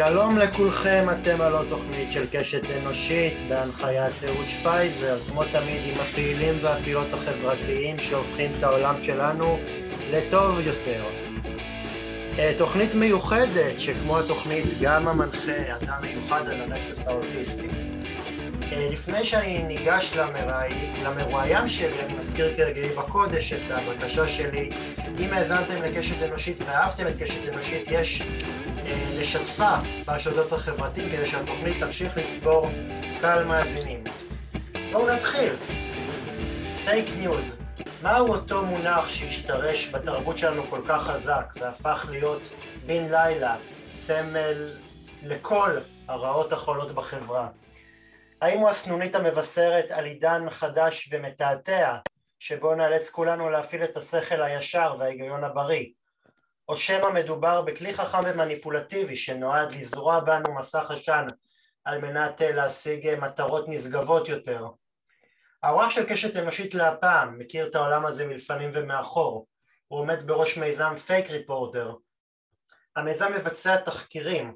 שלום לכולכם, אתם על עוד תוכנית של קשת אנושית בהנחיית אהוד שפייזר, כמו תמיד עם הפעילים והפעילות החברתיים שהופכים את העולם שלנו לטוב יותר. תוכנית מיוחדת שכמו התוכנית גם המנחה אדם מיוחד על הרצף האוטיסטי. לפני שאני ניגש למרואיין שלי, אני מזכיר כרגעי בקודש את הבקשה שלי. אם האזנתם לקשת אנושית ואהבתם את קשת אנושית, יש לשתפה ברשתות החברתיים כדי שהתוכנית תמשיך לצבור קהל מאזינים. בואו נתחיל. פייק ניוז. מהו אותו מונח שהשתרש בתרבות שלנו כל כך חזק והפך להיות בן לילה סמל לכל הרעות החולות בחברה? האם הוא הסנונית המבשרת על עידן חדש ומתעתע שבו נאלץ כולנו להפעיל את השכל הישר וההיגיון הבריא? או שמא מדובר בכלי חכם ומניפולטיבי שנועד לזרוע בנו מסך עשן על מנת להשיג מטרות נשגבות יותר? האורח של קשת אנושית להפעם מכיר את העולם הזה מלפנים ומאחור. הוא עומד בראש מיזם פייק ריפורטר. המיזם מבצע תחקירים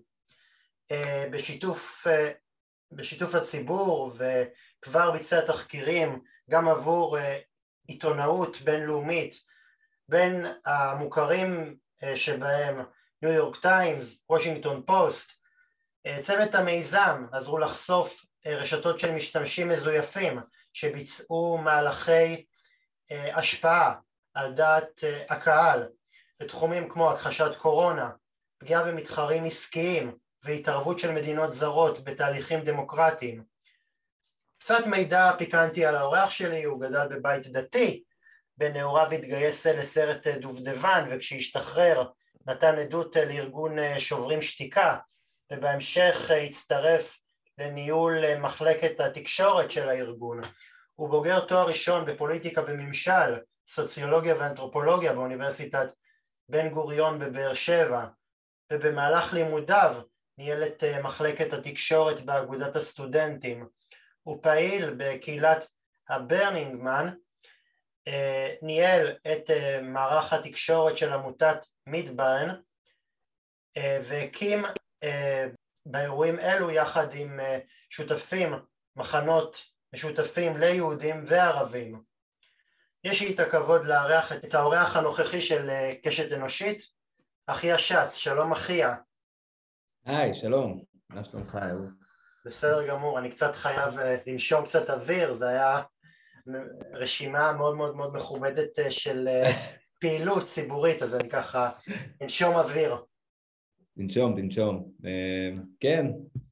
בשיתוף הציבור, וכבר ביצע תחקירים גם עבור עיתונאות בינלאומית, בין המוכרים שבהם ניו יורק טיימס, וושינגטון פוסט. צוות המיזם עזרו לחשוף רשתות של משתמשים מזויפים שביצעו מהלכי השפעה על דעת הקהל בתחומים כמו הכחשת קורונה, פגיעה במתחרים עסקיים והתערבות של מדינות זרות בתהליכים דמוקרטיים. קצת מידע פיקנטי על האורח שלי: הוא גדל בבית דתי, בנעוריו התגייס לסרט דובדבן, וכשהשתחרר נתן עדות לארגון שוברים שתיקה, ובהמשך הצטרף לניהול מחלקת התקשורת של הארגון. הוא בוגר תואר ראשון בפוליטיקה וממשל, סוציולוגיה ואנתרופולוגיה באוניברסיטת בן גוריון בבאר שבע, ובמהלך לימודיו ניהל את מחלקת התקשורת באגודת הסטודנטים. הוא פעיל בקהילת הברנינגמן, ניהל את מערך התקשורת של עמותת מידברן, והקים באירועים אלו יחד עם שותפים מחנות משותפים ליהודים וערבים. יש לי את הכבוד לארח את האורח הנוכחי של קשת אנושית, אחיה שץ. שלום אחיה. היי, שלום. מה שלומך, אהוד? בסדר גמור, אני קצת חייב לנשום קצת אוויר. זה היה רשימה מאוד מאוד מאוד מכובדת של פעילות ציבורית, אז אני ככה ננשום אוויר. תנשום. כן,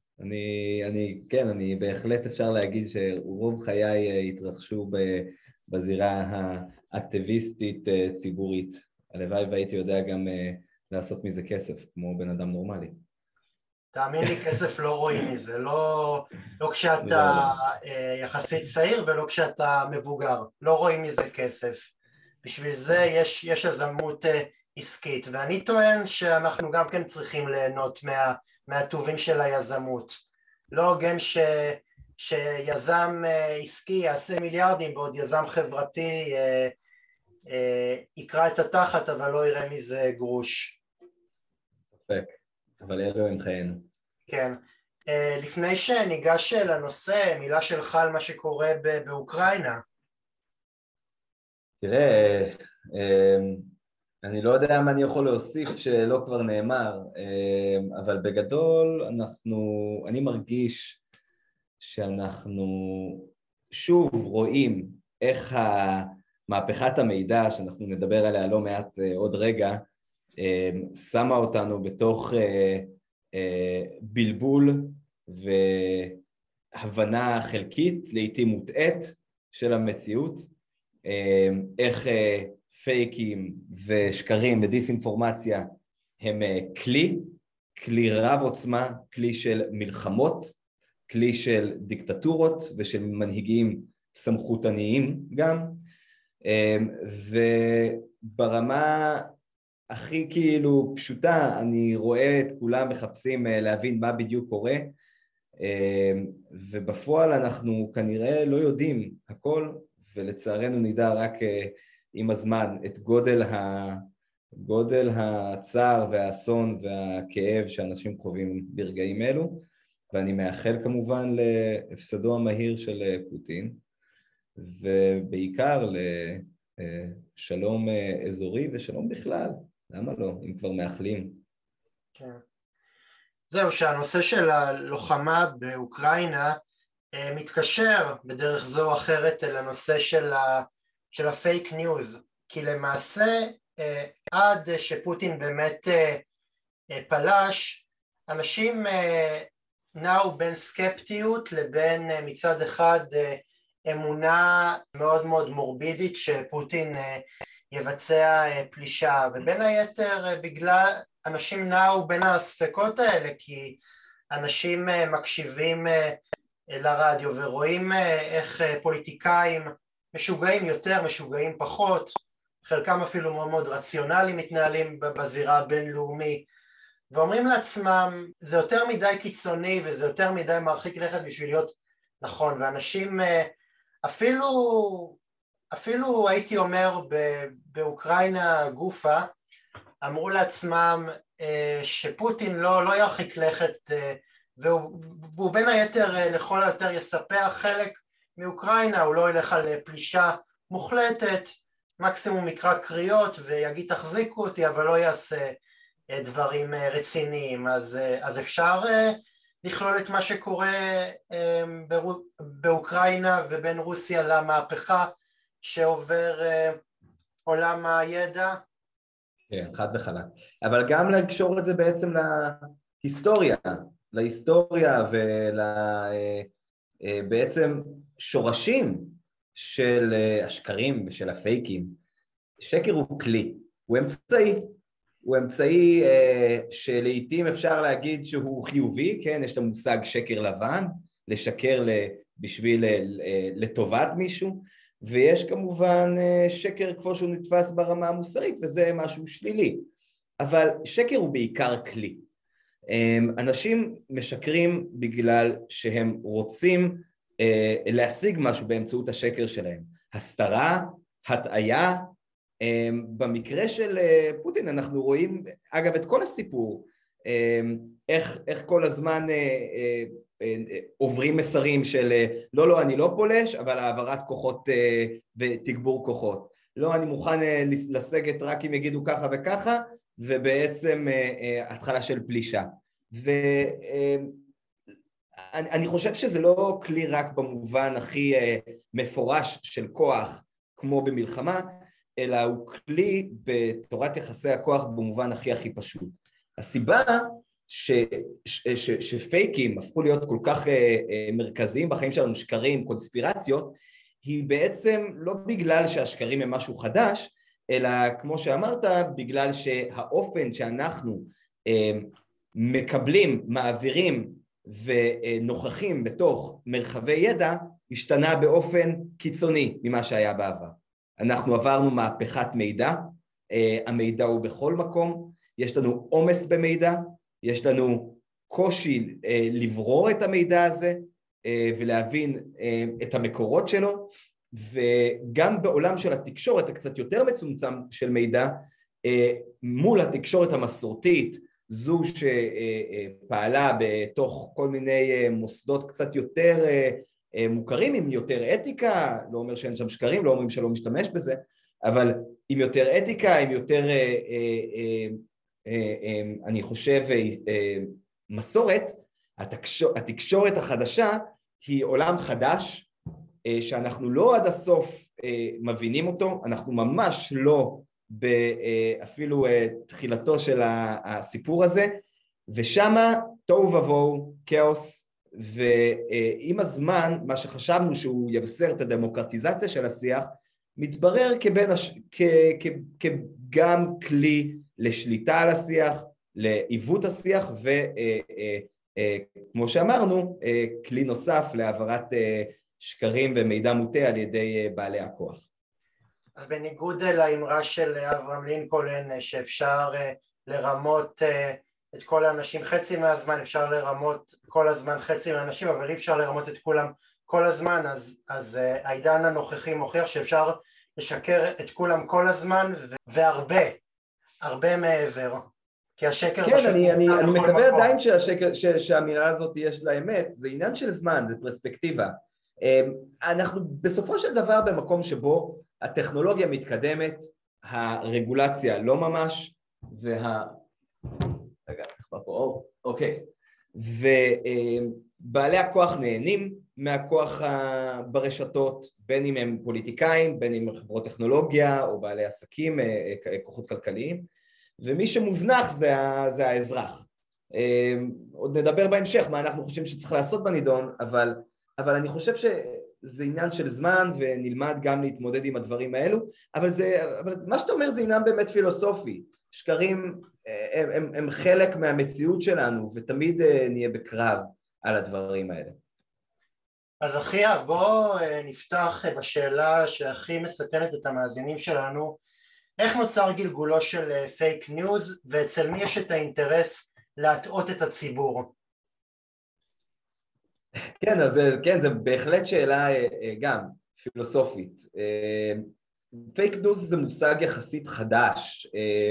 אני בהחלט אפשר להגיד שרוב חיי התרחשו בזירה האקטיביסטית ציבורית. הלוואי והייתי יודע גם לעשות מזה כסף כמו בן אדם נורמלי. תאמין לי, כסף לא רואים מזה, לא כשאתה יחסית צעיר ולא כשאתה מבוגר, לא רואים מזה כסף. בשביל זה יש יזמות עסקית, ואני טוען שאנחנו גם כן צריכים ליהנות מהטובים של היזמות. לא הוגן שיזם עסקי יעשה מיליארדים בעוד יזם חברתי יקרא את התחת אבל לא יראה מזה גרוש. ספק, אבל אלו הם חיינו. כן. לפני שניגש לנושא, מילה שלך על מה שקורה באוקראינה. תראה, אני לא יודע מה אני יכול להוסיף שלא כבר נאמר, אבל בגדול אני מרגיש שאנחנו שוב רואים איך מהפכת המידע שאנחנו נדבר עליה לא מעט עוד רגע, שמה אותנו בתוך בלבול והבנה חלקית, לעתים מוטעית, של המציאות, איך פייקים ושקרים ודיסאינפורמציה הם כלי רב עוצמה, כלי של מלחמות, כלי של דיקטטורות ושל מנהיגים סמכותניים גם, וברמה הכי כאילו פשוטה, אני רואה את כולם מחפשים להבין מה בדיוק קורה, ובפועל אנחנו כנראה לא יודעים הכל, ולצערנו נדע רק עם הזמן את גודל גודל הצער והאסון והכאב שאנשים חווים ברגעים אלו, ואני מאחל כמובן להפסדו המהיר של פוטין, ובעיקר לשלום אזורי ושלום בכלל, למה לא, אם כבר מאחלים. כן. זהו, שהנושא של הלוחמה באוקראינה מתקשר בדרך זו או אחרת לנושא של הפייק ניוז, כי למעשה עד שפוטין באמת פלש, אנשים נעו בין סקפטיות לבין מצד אחד אמונה מאוד מאוד מורבידית שפוטין יבצע פלישה, ובין היתר בגלל אנשים נעו בין הספקות האלה, כי אנשים מקשיבים לרדיו ורואים איך פוליטיקאים משוגעים יותר, משוגעים פחות, חלקם אפילו מאוד מאוד רציונליים מתנהלים בזירה הבינלאומי, ואומרים לעצמם זה יותר מדי קיצוני וזה יותר מדי מרחיק לכת בשביל להיות נכון, ואנשים אפילו הייתי אומר באוקראינה גופה אמרו לעצמם שפוטין לא ירחיק לכת, והוא בין היתר לכל היותר יספח חלק מאוקראינה, הוא לא ילך על פלישה מוחלטת, מקסימום מקרא קריאות ויגיד תחזיקו אותי, אבל לא יעשה דברים רציניים. אז אפשר לכלול את מה שקורה באוקראינה ובין רוסיה למהפכה שעובר עולם הידע? כן, חד וחלק. אבל גם לקשור את זה בעצם להיסטוריה ולבעצם שורשים של השקרים ושל הפייקים. שקר הוא כלי, הוא אמצעי שלעיתים אפשר להגיד שהוא חיובי, כן, יש את המושג שקר לבן, לשקר בשביל לטובת מישהו, ויש כמובן שקר כמו שהוא נתפס ברמה המוסרית, וזה משהו שלילי, אבל שקר הוא בעיקר כלי. אנשים משקרים בגלל שהם רוצים להשיג משהו באמצעות השקר שלהם, הסתרה, הטעיה. במקרה של פוטין אנחנו רואים, אגב, את כל הסיפור, איך כל הזמן עוברים מסרים של לא, אני לא פולש, אבל העברת כוחות ותגבור כוחות. לא, אני מוכן לסגת רק אם יגידו ככה וככה, ובעצם התחלה של פלישה. ואני חושב שזה לא כלי רק במובן הכי מפורש של כוח, כמו במלחמה, אלא הוא כלי בתורת יחסי הכוח במובן הכי פשוט. הסיבה שפייקים הפכו להיות כל כך מרכזיים בחיים שלנו, שקרים, קונספירציות, היא בעצם לא בגלל שהשקרים הם משהו חדש, אלא כמו שאמרת, בגלל שהאופן שאנחנו מקבלים, מעבירים ונוכחים בתוך מרחבי ידע, השתנה באופן קיצוני ממה שהיה בעבר. אנחנו עברנו מהפכת מידע, המידע הוא בכל מקום, יש לנו עומס במידע, יש לנו קושי לברור את המידע הזה ולהבין את המקורות שלו, וגם בעולם של התקשורת הקצת יותר מצומצם של מידע, מול התקשורת המסורתית, זו שפעלה בתוך כל מיני מוסדות קצת יותר מוכרים, עם יותר אתיקה, לא אומר שאין שם שקרים, לא אומרים שלא משתמש בזה, אבל עם יותר אתיקה, עם יותר, אני חושב, מסורת, התקשורת החדשה היא עולם חדש, שאנחנו לא עד הסוף מבינים אותו, אנחנו ממש לא אפילו תחילתו של הסיפור הזה, ושמה תוהו ובוהו, כאוס, ועם הזמן, מה שחשבנו שהוא יבשר את הדמוקרטיזציה של השיח, מתברר כגם כלי לשליטה על השיח, לעיוות השיח, וכמו שאמרנו, כלי נוסף להעברת שקרים ומידע מוטה על ידי בעלי הכוח. אז בניגוד לאמרה של אברהם לינקולן, שאפשר לרמות את כל האנשים חצי מהזמן, אפשר לרמות כל הזמן חצי מהאנשים, אבל אי אפשר לרמות את כולם כל הזמן, אז העידן הנוכחי מוכיח שאפשר לשקר את כולם כל הזמן והרבה. הרבה מעבר, כי השקר כן, פשוט אני נמצא בכל מקווה מקום. עדיין שהאמירה הזאת יש לה אמת, זה עניין של זמן, זה פרספקטיבה. אנחנו בסופו של דבר במקום שבו הטכנולוגיה מתקדמת, הרגולציה לא ממש, רגע, אוקיי. ובעלי הכוח נהנים מהכוח ברשתות, בין אם הם פוליטיקאים, בין אם הם חברות טכנולוגיה או בעלי עסקים, כוחות כלכליים, ומי שמוזנח זה האזרח. עוד נדבר בהמשך מה אנחנו חושבים שצריך לעשות בנידון, אבל אני חושב שזה עניין של זמן ונלמד גם להתמודד עם הדברים האלו, אבל מה שאתה אומר זה עניין באמת פילוסופי. שקרים הם חלק מהמציאות שלנו ותמיד נהיה בקרב על הדברים האלה. אז אחיה, בוא נפתח בשאלה שהכי מסכנת את המאזינים שלנו. איך נוצר גלגולו של פייק ניוז, ואצל מי יש את האינטרס להטעות את הציבור? כן, אז כן, זו בהחלט שאלה גם פילוסופית. פייק ניוז זה מושג יחסית חדש,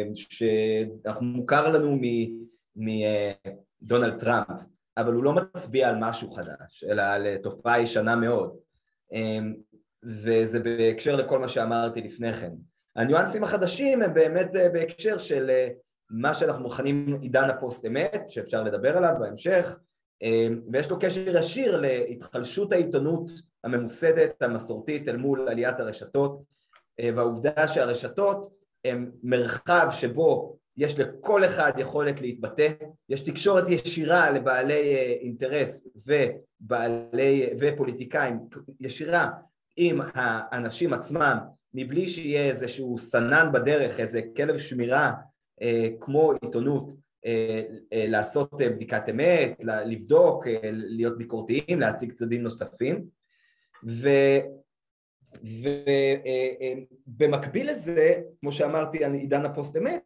שמוכר לנו מדונלד טראמפ, אבל הוא לא מצביע על משהו חדש, אלא על תופעה ישנה מאוד, וזה בהקשר לכל מה שאמרתי לפני כן. הניואנסים החדשים הם באמת בהקשר של מה שאנחנו מכנים עידן הפוסט אמת, שאפשר לדבר עליו בהמשך, ויש לו קשר ישיר להתחלשות העיתונות הממוסדת, המסורתית, אל מול עליית הרשתות, והעובדה שהרשתות הם מרחב שבו יש לכל אחד יכולת להתבטא, יש תקשורת ישירה לבעלי אינטרס ופוליטיקאים, ישירה עם האנשים עצמם, מבלי שיהיה איזשהו סנן בדרך, איזה כלב שמירה כמו עיתונות, לעשות בדיקת אמת, לבדוק, להיות ביקורתיים, להציג צדדים נוספים, ובמקביל לזה, כמו שאמרתי על עידן הפוסט אמת,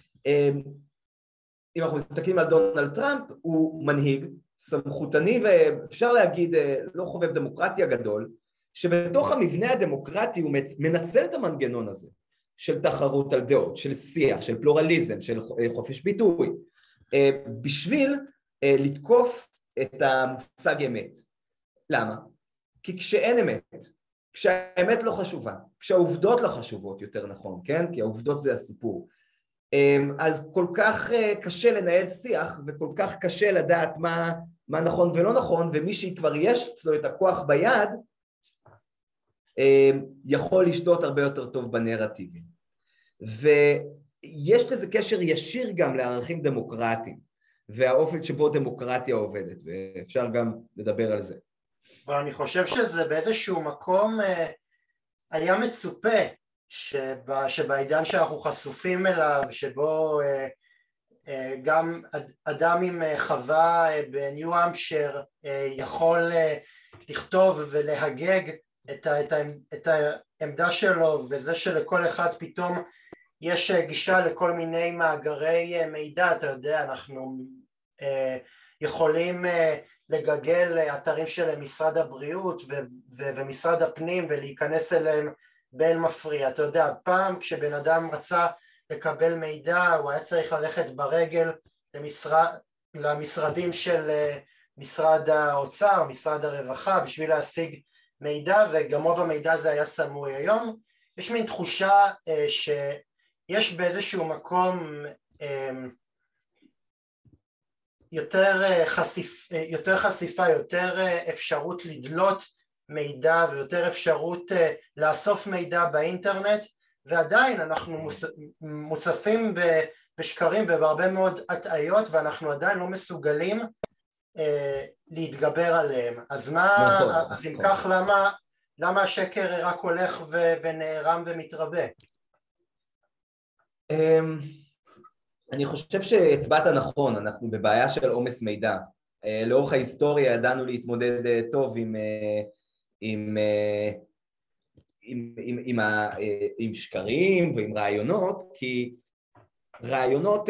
אם אנחנו מסתכלים על דונלד טראמפ, הוא מנהיג סמכותני ואפשר להגיד לא חובב דמוקרטיה גדול, שבתוך המבנה הדמוקרטי הוא מנצל את המנגנון הזה של תחרות על דעות, של שיח, של פלורליזם, של חופש ביטוי, בשביל לתקוף את המושג אמת. למה? כי כשאין אמת, כשהאמת לא חשובה, כשהעובדות לא חשובות יותר נכון, כן? כי העובדות זה הסיפור. אז כל כך קשה לנהל שיח וכל כך קשה לדעת מה נכון ולא נכון, ומי שכבר יש אצלו את הכוח ביד, יכול לשלוט הרבה יותר טוב בנרטיבים. ויש לזה קשר ישיר גם לערכים דמוקרטיים, והאופן שבו דמוקרטיה עובדת, ואפשר גם לדבר על זה. אבל אני חושב שזה באיזשהו מקום היה מצופה, שבעידן שאנחנו חשופים אליו, שבו גם אדם עם חווה בניו המפשר יכול לכתוב ולהגג את העמדה שלו, וזה שלכל אחד פתאום יש גישה לכל מיני מאגרי מידע, אתה יודע, אנחנו יכולים לגגל אתרים של משרד הבריאות ומשרד הפנים ולהיכנס אליהם בין מפריע. אתה יודע, פעם כשבן אדם רצה לקבל מידע הוא היה צריך ללכת ברגל למשרדים של משרד האוצר, משרד הרווחה, בשביל להשיג מידע, וגם רוב המידע הזה היה סמוי. היום יש מין תחושה שיש באיזשהו מקום יותר חשיפה, יותר אפשרות לדלות מידע ויותר אפשרות לאסוף מידע באינטרנט, ועדיין אנחנו מוצפים בשקרים ובהרבה מאוד הטעיות, ואנחנו עדיין לא מסוגלים להתגבר עליהם. אז אז אם כך, למה השקר רק הולך ונערם ומתרבה? אני חושב שהצבעת נכון, אנחנו בבעיה של עומס מידע. לאורך ההיסטוריה ידענו להתמודד טוב עם שקרים ועם רעיונות, כי רעיונות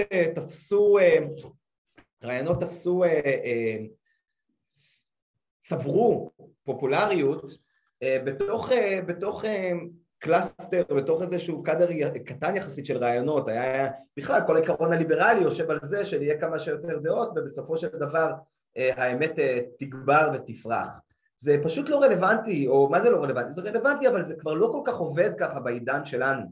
צברו פופולריות בתוך קלאסטר, בתוך איזשהו קדר קטן יחסית של רעיונות, היה בכלל כל העיקרון הליברלי יושב על זה של יהיה כמה שיותר דעות, ובסופו של דבר האמת תגבר ותפרח. זה פשוט לא רלוונטי, או מה זה לא רלוונטי? זה רלוונטי, אבל זה כבר לא כל כך עובד ככה בעידן שלנו.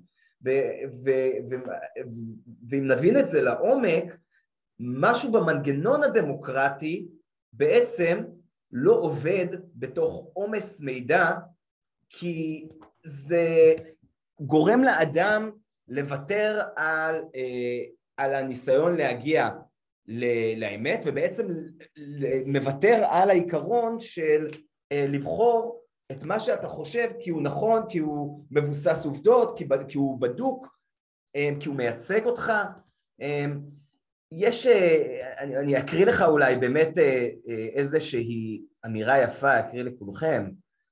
ואם נבין את זה לעומק, משהו במנגנון הדמוקרטי בעצם לא עובד בתוך עומס מידע, כי זה גורם לאדם לוותר על הניסיון להגיע לאמת, ובעצם מוותר על העיקרון של לבחור את מה שאתה חושב כי הוא נכון, כי הוא מבוסס עובדות, כי הוא בדוק, כי הוא מייצג אותך. אני אקריא לך אולי באמת איזושהי אמירה יפה, אקריא לכולכם,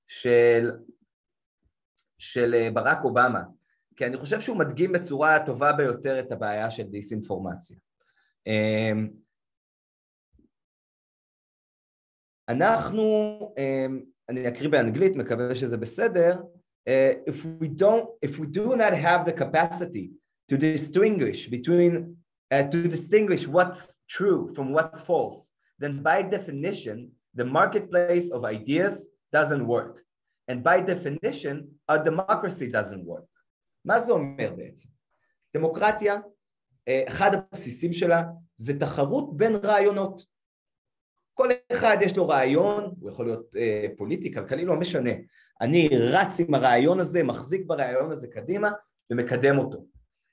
של ברק אובמה, כי אני חושב שהוא מדגים בצורה הטובה ביותר את הבעיה של דיסאינפורמציה. אני אקריא באנגלית, מקווה שזה בסדר. If we do not have the capacity to distinguish what's true from what's false, then by definition, the marketplace of ideas doesn't work. And by definition, our democracy doesn't work. מה זה אומר בעצם? דמוקרטיה, אחד הבסיסים שלה, זה תחרות בין רעיונות. כל אחד יש לו רעיון, הוא יכול להיות פוליטי, כלכלי, לא משנה. אני רץ עם הרעיון הזה, מחזיק ברעיון הזה קדימה, ומקדם אותו.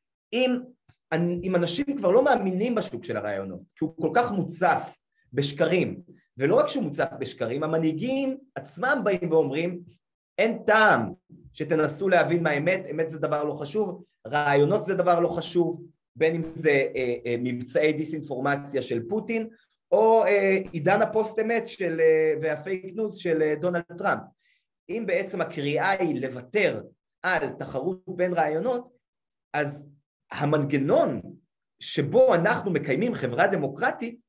אם אנשים כבר לא מאמינים בשוק של הרעיונות, כי הוא כל כך מוצף בשקרים, ולא רק שהוא מוצף בשקרים, המנהיגים עצמם באים ואומרים, אין טעם שתנסו להבין מה האמת, אמת זה דבר לא חשוב, רעיונות זה דבר לא חשוב, בין אם זה מבצעי דיסאינפורמציה של פוטין, או עידן הפוסט אמת והפייק ניוז של דונלד טראמפ. אם בעצם הקריאה היא לוותר על תחרות בין רעיונות, אז המנגנון שבו אנחנו מקיימים חברה דמוקרטית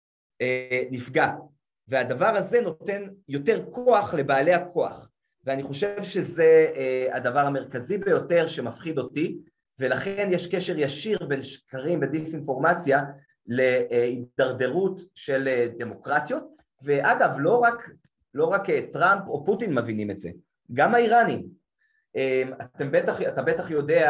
נפגע, והדבר הזה נותן יותר כוח לבעלי הכוח, ואני חושב שזה הדבר המרכזי ביותר שמפחיד אותי, ולכן יש קשר ישיר בין שקרים ודיסאינפורמציה להידרדרות של דמוקרטיות, ואגב לא רק טראמפ או פוטין מבינים את זה, גם האיראנים. אתה בטח יודע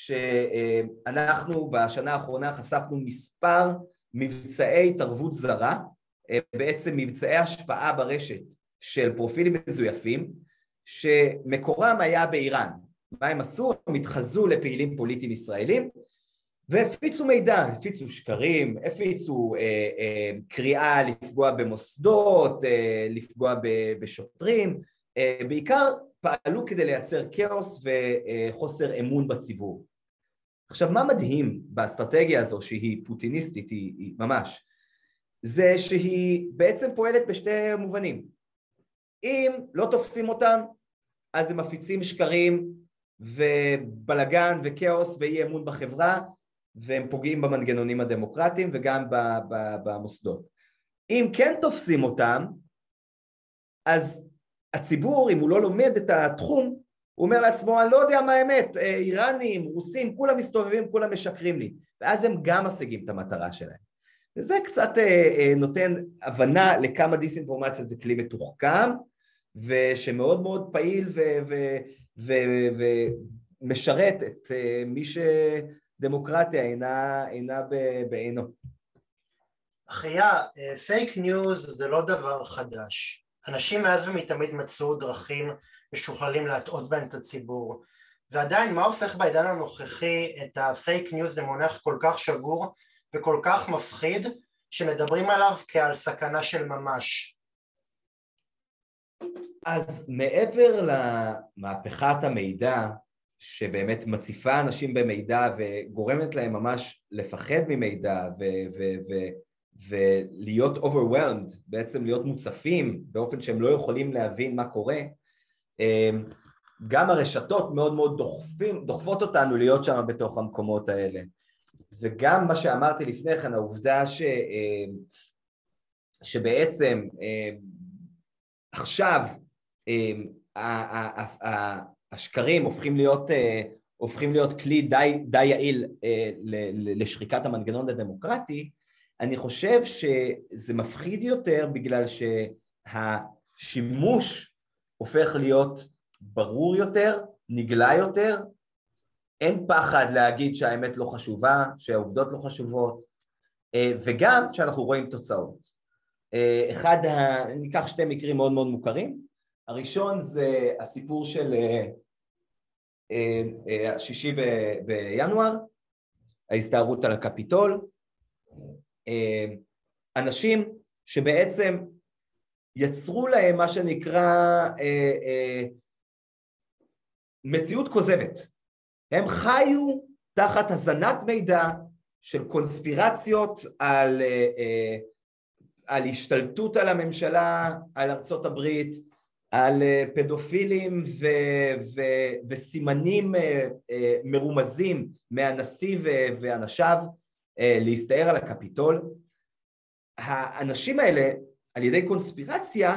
שאנחנו בשנה האחרונה חשפנו מספר מבצעי התערבות זרה, בעצם מבצעי השפעה ברשת של פרופילים מזויפים, שמקורם היה באיראן. מה הם עשו? הם התחזו לפעילים פוליטיים ישראלים, והפיצו מידע, הפיצו שקרים, הפיצו קריאה לפגוע במוסדות, לפגוע בשוטרים, בעיקר פעלו כדי לייצר כאוס וחוסר אמון בציבור. עכשיו, מה מדהים באסטרטגיה הזו שהיא פוטיניסטית, היא ממש, זה שהיא בעצם פועלת בשתי מובנים. אם לא תופסים אותם, אז הם מפיצים שקרים ובלגן וכאוס ואי אמון בחברה, והם פוגעים במנגנונים הדמוקרטיים וגם במוסדות. אם כן תופסים אותם, אז הציבור, אם הוא לא לומד את התחום, הוא אומר לעצמו, אני לא יודע מה האמת, איראנים, רוסים, כולם מסתובבים, כולם משקרים לי, ואז הם גם משיגים את המטרה שלהם. וזה קצת נותן הבנה לכמה דיסאינפורמציה זה כלי מתוחכם, ושמאוד מאוד פעיל ומשרת את מי שדמוקרטיה אינה בעינו. אחיה, פייק ניוז זה לא דבר חדש. אנשים מאז ומתמיד מצאו דרכים משוכללים להטעות בהם את הציבור. ועדיין, מה הופך בעידן הנוכחי את הפייק ניוז למונח כל כך שגור וכל כך מפחיד, שמדברים עליו כעל סכנה של ממש? אז מעבר למהפכת המידע, שבאמת מציפה אנשים במידע וגורמת להם ממש לפחד ממידע ולהיות overwhelmed, בעצם להיות מוצפים באופן שהם לא יכולים להבין מה קורה, גם הרשתות מאוד מאוד דוחפות אותנו להיות שם בתוך המקומות האלה. וגם מה שאמרתי לפני כן, העובדה שבעצם עכשיו השקרים הופכים להיות כלי די יעיל לשחיקת המנגנון הדמוקרטי, אני חושב שזה מפחיד יותר בגלל שהשימוש הופך להיות ברור יותר, נגלה יותר, אין פחד להגיד שהאמת לא חשובה, שהעובדות לא חשובות, וגם שאנחנו רואים תוצאות. ניקח שתי מקרים מאוד מאוד מוכרים, הראשון זה הסיפור של השישי בינואר, ההסתערות על הקפיטול, אנשים שבעצם יצרו להם מה שנקרא מציאות כוזבת. הם חיו תחת הזנת מידע של קונספירציות על השתלטות על הממשלה, על ארצות הברית, על פדופילים וסימנים מרומזים מהנשיא ואנשיו להסתער על הקפיטול. האנשים האלה, על ידי קונספירציה,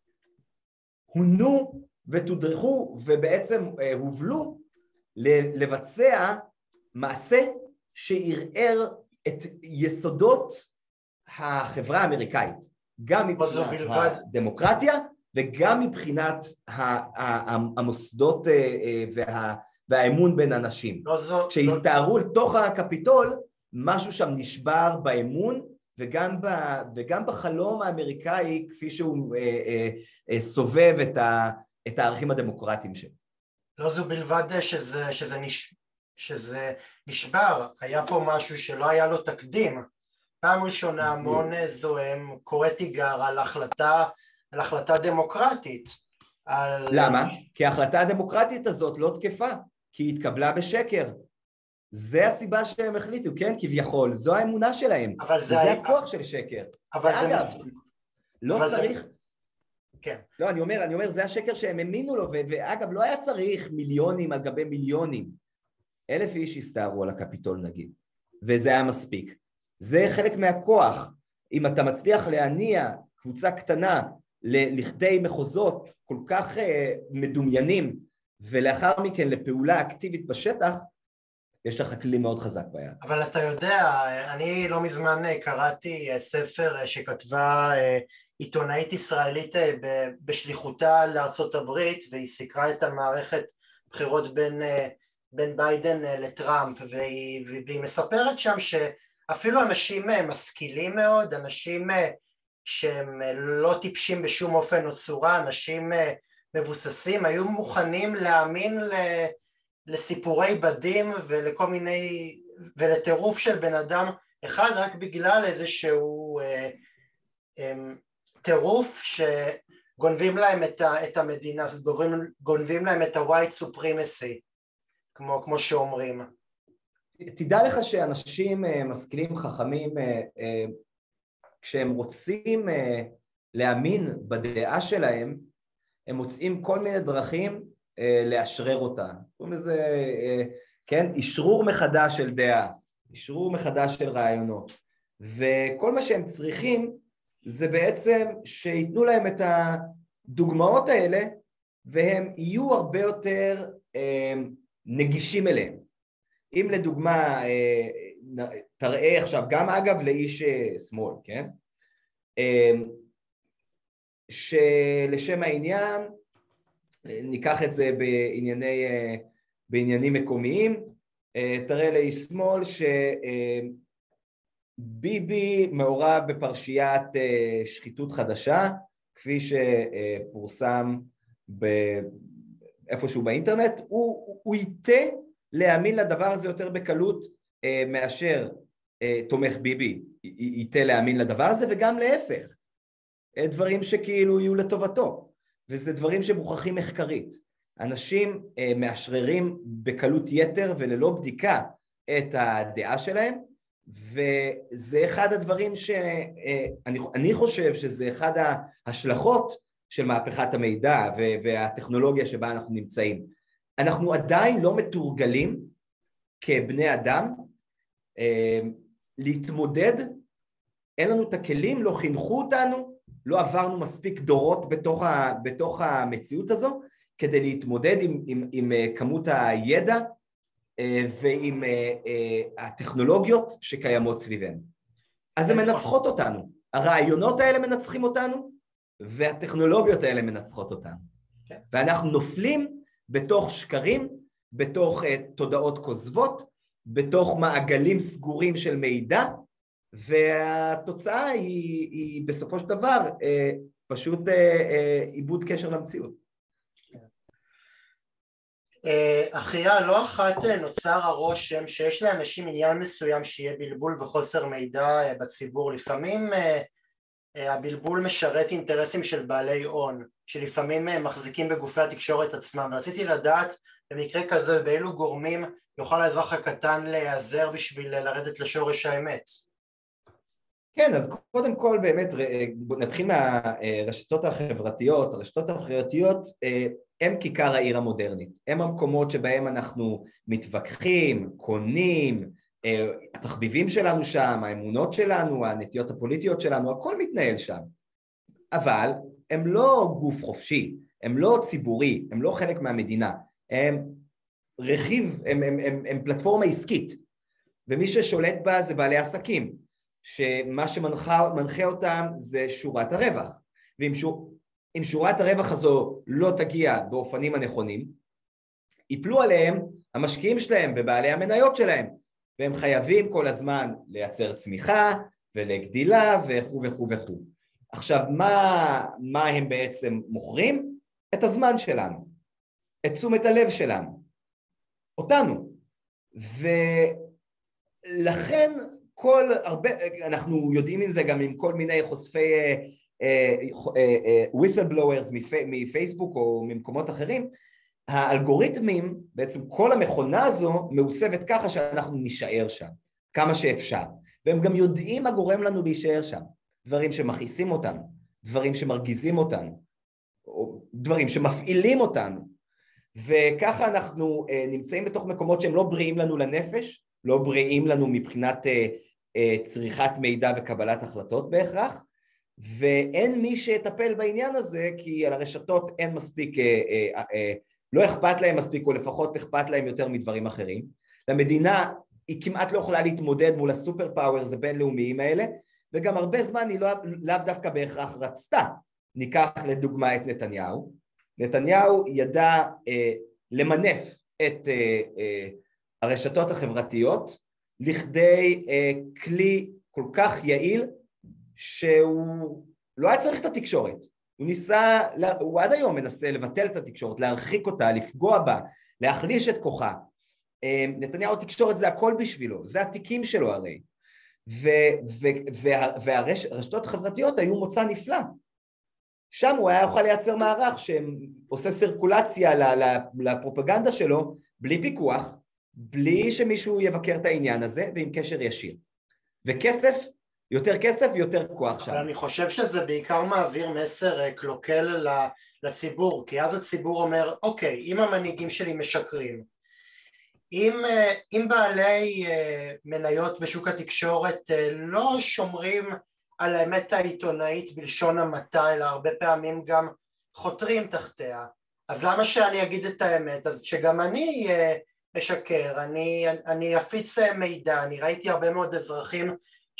הונו ותודרכו ובעצם הובלו לבצע מעשה שערער את יסודות החברה האמריקאית, גם מבחינת הדמוקרטיה וגם מבחינת המוסדות והאמון בין אנשים. כשהסתערו לתוך הקפיטול, משהו שם נשבר באמון וגם בחלום האמריקאי כפי שהוא סובב את הערכים הדמוקרטיים שלו. לא זו בלבד שזה נשבר, היה פה משהו שלא היה לו תקדים. פעם ראשונה המון זוהם קורא תיגר על החלטה דמוקרטית. למה? כי ההחלטה הדמוקרטית הזאת לא תקפה, כי היא התקבלה בשקר. זה הסיבה שהם החליטו, כן? כביכול, זו האמונה שלהם, וזה הכוח של שקר. אבל זה לא צריך... כן. לא, אני אומר, זה השקר שהם האמינו לו, ואגב, לא היה צריך מיליונים על גבי מיליונים. 1,000 איש הסתערו על הקפיטול נגיד, וזה היה מספיק. זה חלק מהכוח. אם אתה מצליח להניע קבוצה קטנה לכדי מחוזות כל כך מדומיינים, ולאחר מכן לפעולה אקטיבית בשטח, יש לך כלי מאוד חזק ביד. אבל אתה יודע, אני לא מזמן קראתי ספר שכתבה עיתונאית ישראלית בשליחותה לארצות הברית, והיא סיקרה את המערכת בחירות בין ביידן לטראמפ, והיא מספרת שם שאפילו אנשים משכילים מאוד, אנשים שהם לא טיפשים בשום אופן או צורה, אנשים מבוססים, היו מוכנים להאמין לסיפורי בדים ולכל מיני, ולטירוף של בן אדם אחד רק בגלל איזשהו טירוף שגונבים להם את המדינה, גונבים להם את ה-white supremacy, כמו שאומרים. תדע לך שאנשים משכילים חכמים, כשהם רוצים להאמין בדעה שלהם, הם מוצאים כל מיני דרכים לאשרר אותה. קוראים לזה, כן, אשרור מחדש של דעה, אשרור מחדש של רעיונות. וכל מה שהם צריכים זה בעצם שיתנו להם את הדוגמאות האלה, והם יהיו הרבה יותר נגישים אליהם. אם לדוגמה, תראה עכשיו, גם אגב לאיש שמאל, כן? שלשם העניין, ניקח את זה בעניינים מקומיים, תראה לאיש שמאל שביבי מעורב בפרשיית שחיתות חדשה, כפי שפורסם איפשהו באינטרנט, הוא ייתה להאמין לדבר הזה יותר בקלות מאשר תומך ביבי, ייתה להאמין לדבר הזה, וגם להפך, דברים שכאילו יהיו לטובתו, וזה דברים שמוכחים מחקרית. אנשים מאשררים בקלות יתר וללא בדיקה את הדעה שלהם, וזה אחד הדברים שאני חושב שזה אחד ההשלכות של מהפכת המידע והטכנולוגיה שבה אנחנו נמצאים. אנחנו עדיין לא מתורגלים כבני אדם להתמודד, אין לנו את הכלים, לא חינכו אותנו, לא עברנו מספיק דורות בתוך המציאות הזו, כדי להתמודד עם כמות הידע ועם הטכנולוגיות שקיימות סביבנו. אז הן מנצחות אותנו, הרעיונות האלה מנצחים אותנו, והטכנולוגיות האלה מנצחות אותנו. ואנחנו נופלים בתוך שקרים, בתוך תודעות כוזבות, בתוך מעגלים סגורים של מידע, והתוצאה היא בסופו של דבר פשוט איבוד קשר למציאות. אחיה, לא אחת נוצר הרושם שיש לאנשים עניין מסוים שיהיה בלבול וחוסר מידע בציבור. לפעמים הבלבול משרת אינטרסים של בעלי הון, שלפעמים מחזיקים בגופי התקשורת עצמם. ורציתי לדעת במקרה כזה באילו גורמים יוכל האזרח הקטן להיעזר בשביל לרדת לשורש האמת. כן, אז קודם כל באמת נתחיל מהרשתות החברתיות. הרשתות החברתיות הם כיכר העיר המודרנית, הם המקומות שבהם אנחנו מתווכחים, קונים, התחביבים שלנו שם, האמונות שלנו, הנטיות הפוליטיות שלנו, הכל מתנהל שם. אבל הם לא גוף חופשי, הם לא ציבורי, הם לא חלק מהמדינה, הם רכיב, הם פלטפורמה עסקית, ומי ששולט בה זה בעלי עסקים, שמה שמנחה אותם זה שורת הרווח, ואם שורת הרווח הזו לא תגיע באופנים הנכונים, ייפלו עליהם המשקיעים שלהם ובעלי המניות שלהם, והם חייבים כל הזמן לייצר צמיחה ולגדילה וכו' וכו' וכו'. עכשיו, מה הם בעצם מוכרים? את הזמן שלנו, את תשומת הלב שלנו, אותנו. ולכן אנחנו יודעים עם זה גם עם כל מיני חושפי whistleblowers מפייסבוק או ממקומות אחרים, האלגוריתמים, בעצם כל המכונה הזו מעוצבת ככה שאנחנו נשאר שם, כמה שאפשר. והם גם יודעים מה גורם לנו להישאר שם. דברים שמכעיסים אותנו, דברים שמרגיזים אותנו, או דברים שמפעילים אותנו. וככה אנחנו נמצאים בתוך מקומות שהם לא בריאים לנו לנפש, לא בריאים לנו מבחינת צריכת מידע וקבלת החלטות בהכרח, ואין מי שיטפל בעניין הזה, כי על הרשתות אין מספיק, לא אכפת להם מספיק, או לפחות אכפת להם יותר מדברים אחרים. למדינה היא כמעט לא יכולה להתמודד מול הסופר פאוורס הבינלאומיים האלה, וגם הרבה זמן היא לאו דווקא בהכרח רצתה. ניקח לדוגמה את נתניהו. נתניהו ידע למנף את הרשתות החברתיות לכדי כלי כל כך יעיל שהוא לא היה צריך את התקשורת. הוא עד היום מנסה לבטל את התקשורת, להרחיק אותה, לפגוע בה, להחליש את כוחה. נתניהו תקשורת זה הכל בשבילו, זה התיקים שלו הרי. והרשתות החברתיות היו מוצא נפלא. שם הוא היה יכול לייצר מערך שעושה סירקולציה לפרופגנדה שלו, בלי פיקוח, בלי שמישהו יבקר את העניין הזה, ועם קשר ישיר. וכסף, יותר כסף ויותר כוח שם. אבל אני חושב שזה בעיקר מעביר מסר קלוקל לציבור, כי אז הציבור אומר, אוקיי, אם המנהיגים שלי משקרים, אם בעלי מניות בשוק התקשורת לא שומרים על האמת העיתונאית בלשון המעטה, אלא הרבה פעמים גם חותרים תחתיה, אז למה שאני אגיד את האמת? אז שגם אני אשקר, אני אפיץ מידע. אני ראיתי הרבה מאוד אזרחים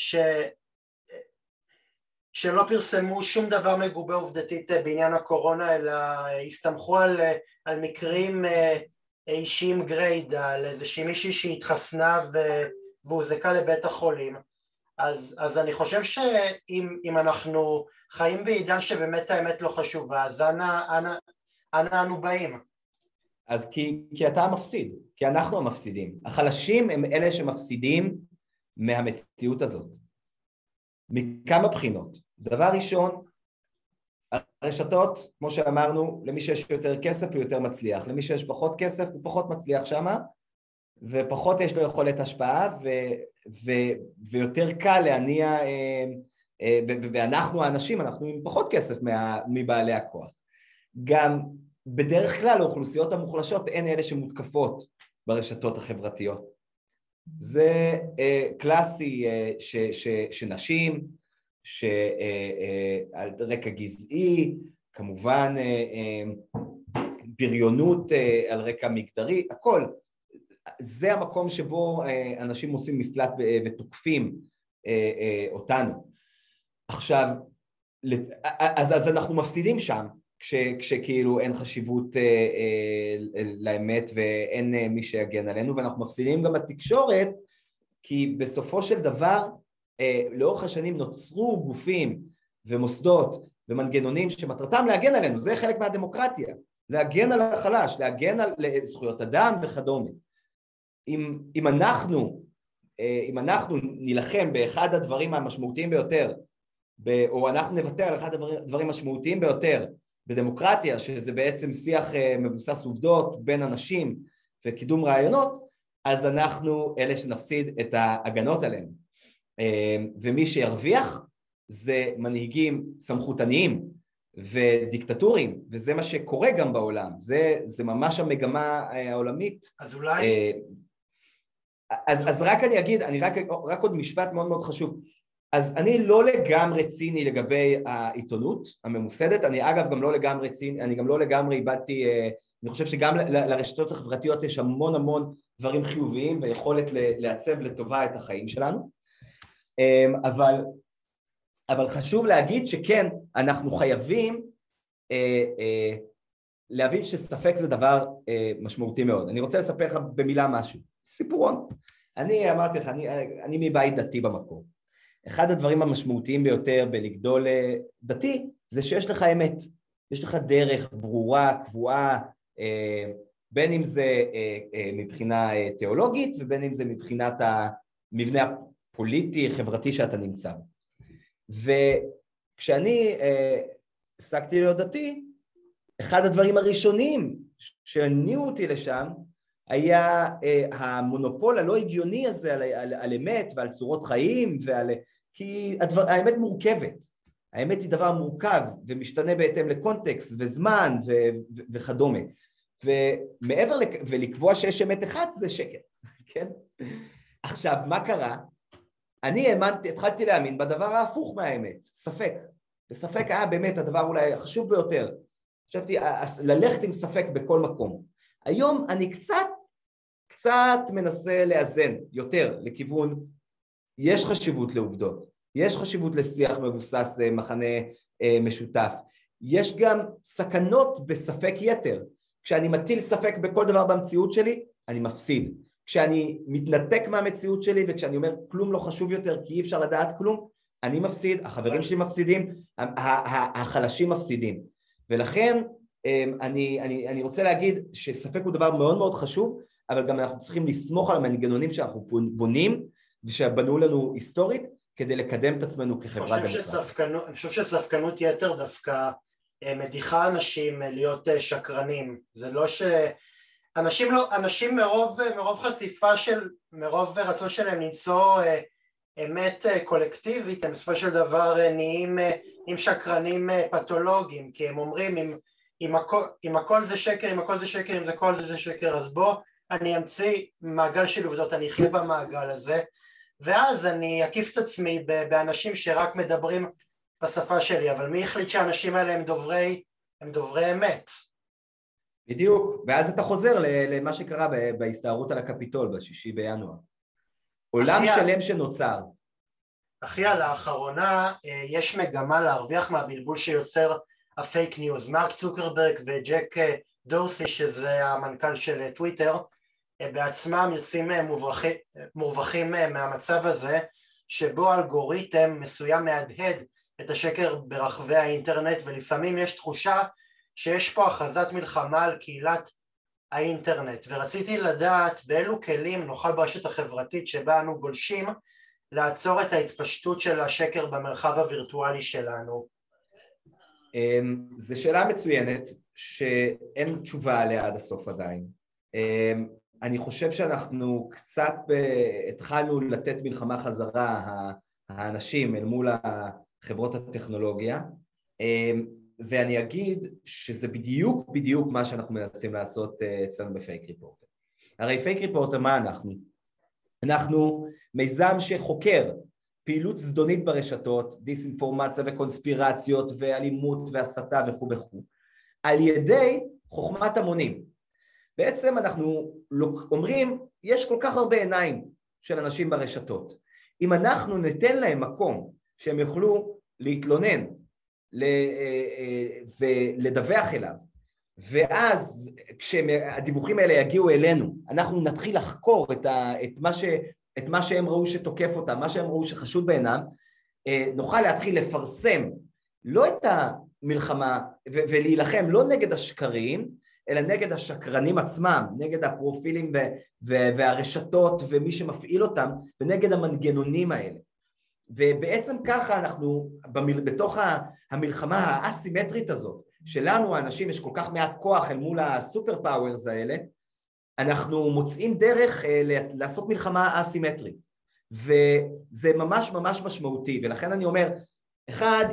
שלא פרסמו שום דבר מגובה עובדתית בעניין הקורונה, אלא הסתמכו על מקרים אישיים גרייד, על איזושהי מישהי שהתחסנה והוזקה לבית החולים. אז אני חושב שאם אנחנו חיים בעידן שבאמת האמת לא חשובה, אז אנה אנו באים? אז כי אתה המפסיד, כי אנחנו המפסידים. החלשים הם אלה שמפסידים מהמציאות הזאת. מכמה בחינות. דבר ראשון, הרשתות, כמו שאמרנו, למי שיש יותר כסף הוא יותר מצליח, למי שיש פחות כסף הוא פחות מצליח שמה, ופחות יש לו יכולת השפעה, ויותר קל להניע, ואנחנו האנשים, אנחנו עם פחות כסף מבעלי הכוח. גם בדרך כלל האוכלוסיות המוחלשות הן אלה שמותקפות ברשתות החברתיות. זה קלאסי שנשים, שעל רקע גזעי, כמובן בריונות על רקע מגדרי, הכל. זה המקום שבו אנשים עושים מפלט ותוקפים אותנו. עכשיו, אז אנחנו מפסידים שם, כשכאילו אין חשיבות לאמת ואין מי שיגן עלינו, ואנחנו מפסידים גם התקשורת, כי בסופו של דבר, לאורך השנים נוצרו גופים ומוסדות ומנגנונים שמטרתם להגן עלינו, זה חלק מהדמוקרטיה, להגן על החלש, להגן על זכויות אדם וכדומה. אם אנחנו נילחם באחד הדברים המשמעותיים ביותר, או אנחנו נוותר על אחד הדברים המשמעותיים ביותר בדמוקרטיה, שזה בעצם שיח מבוסס עובדות בין אנשים וקידום רעיונות, אז אנחנו אלה שנפסיד את ההגנות עליהם. ומי שירוויח זה מנהיגים סמכותניים ודיקטטוריים, וזה מה שקורה גם בעולם, זה ממש המגמה העולמית. אז אולי... אז רק אני אגיד, רק עוד משפט מאוד מאוד חשוב. אז אני לא לגמרי ציני לגבי העיתונות הממוסדת, אני אגב גם לא לגמרי ציני, אני גם לא לגמרי איבדתי, אני חושב שגם לרשתות החברתיות יש המון דברים חיוביים ויכולת לעצב לטובה את החיים שלנו, אבל חשוב להגיד שכן, אנחנו חייבים להבין שספק זה דבר משמעותי מאוד. אני רוצה לספר לך במילה משהו, סיפורון. אני אמרתי לך, אני מבית דתי במקור. אחד הדברים המשמעותיים ביותר בלגדול דתי, זה שיש לך אמת. יש לך דרך ברורה, קבועה, בין אם זה מבחינה תיאולוגית, ובין אם זה מבחינת המבנה הפוליטי, חברתי שאתה נמצא. וכשאני הפסקתי להיות דתי, אחד הדברים הראשונים שהניעו אותי לשם, היה המונופול הלא הגיוני הזה על אמת ועל צורות חיים, כי האמת מורכבת. האמת היא דבר מורכב ומשתנה בהתאם לקונטקסט וזמן וכדומה. ומעבר ולקבוע שיש אמת אחת זה שקר, כן? עכשיו, מה קרה? אני התחלתי להאמין בדבר ההפוך מהאמת, ספק. וספק היה באמת הדבר אולי החשוב ביותר. חשבתי, ללכת עם ספק בכל מקום. היום אני קצת מנסה לאזן יותר לכיוון, יש חשיבות לעובדות, יש חשיבות לשיח מבוסס מחנה משותף, יש גם סכנות בספק יתר. כשאני מטיל ספק בכל דבר במציאות שלי, אני מפסיד. כשאני מתנתק מהמציאות שלי וכשאני אומר כלום לא חשוב יותר כי אי אפשר לדעת כלום, אני מפסיד, החברים שלי מפסידים, החלשים מפסידים. ולכן אני רוצה להגיד שספק הוא דבר מאוד מאוד חשוב, אבל גם אנחנו צריכים לסמוך על המנגנונים שאנחנו בונים ושבנו לנו היסטורית כדי לקדם את עצמנו כחברה דמוקרטית. אני חושב שספקנות יתר דווקא מדיחה אנשים להיות שקרנים. זה לא אנשים מרוב חשיפה מרוב רצון שלהם למצוא אמת קולקטיבית, הם בסופו של דבר נהיים שקרנים פתולוגיים, כי הם אומרים אם הכל זה שקר, אם הכל זה שקר, אם זה הכל זה שקר, אז בוא אני אמציא מעגל של עובדות, אני אחיה במעגל הזה, ואז אני אקיף את עצמי באנשים שרק מדברים בשפה שלי, אבל מי החליט שהאנשים האלה הם דוברי אמת? בדיוק, ואז אתה חוזר למה שקרה בהסתערות על הקפיטול ב6 בינואר. עולם שלם שנוצר. אחיה, לאחרונה יש מגמה להרוויח מהבלבול שיוצר הפייק ניוז. מרק צוקרברג וג'ק דורסי, שזה המנכ"ל של טוויטר, בעצמם יוצאים מורווחים מהמצב הזה, שבו אלגוריתם מסוים מהדהד את השקר ברחבי האינטרנט, ולפעמים יש תחושה שיש פה הכרזת מלחמה על קהילת האינטרנט, ורציתי לדעת באילו כלים נוכל ברשת החברתית שבה אנו גולשים לעצור את ההתפשטות של השקר במרחב הווירטואלי שלנו. זו שאלה מצוינת שאין תשובה עליה עד הסוף עדיין. אני חושב שאנחנו קצת התחלנו לתת מלחמה חזרה האנשים אל מול חברות הטכנולוגיה, ואני אגיד שזה בדיוק מה שאנחנו מנסים לעשות אצלנו בפייק ריפורטר. הרי פייק ריפורטר מה אנחנו? אנחנו מיזם שחוקר פעילות זדונית ברשתות, דיסאינפורמציה וקונספירציות ואלימות והסתה וכו', על ידי חוכמת המונים. בעצם אנחנו אומרים, יש כל כך הרבה עיניים של אנשים ברשתות. אם אנחנו ניתן להם מקום שהם יוכלו להתלונן ולדווח אליו, ואז כשהדיווחים האלה יגיעו אלינו, אנחנו נתחיל לחקור את מה שהם ראו שתוקף אותם, מה שהם ראו שחשוד בעינם, נוכל להתחיל לפרסם לא את המלחמה ולהילחם לא נגד השקרים, אלא נגד השקרנים עצמם, נגד הפרופילים והרשתות ומי שמפעיל אותם, ונגד המנגנונים האלה. ובעצם ככה אנחנו, בתוך המלחמה האסימטרית הזאת, שלנו האנשים יש כל כך מעט כוח אל מול הסופר פאוורס האלה, אנחנו מוצאים דרך לעשות מלחמה אסימטרית, וזה ממש ממש משמעותי, ולכן אני אומר, אחד,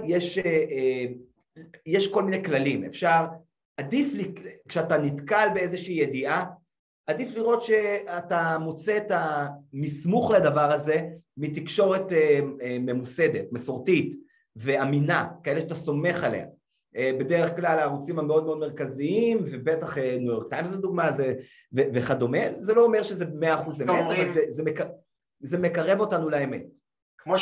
יש כל מיני כללים, עדיף כשאתה נתקל באיזושהי ידיעה, עדיף לראות שאתה מוצא את המסמוך לדבר הזה מתקשורת ממוסדת, מסורתית ואמינה, כאלה שאתה סומך עליה. בדרך כלל הערוצים המאוד מאוד מרכזיים, ובטח ניו יורק טיימס לדוגמה, וכדומה, זה לא אומר שזה 100% אמת, אבל זה מקרב אותנו לאמת. כמו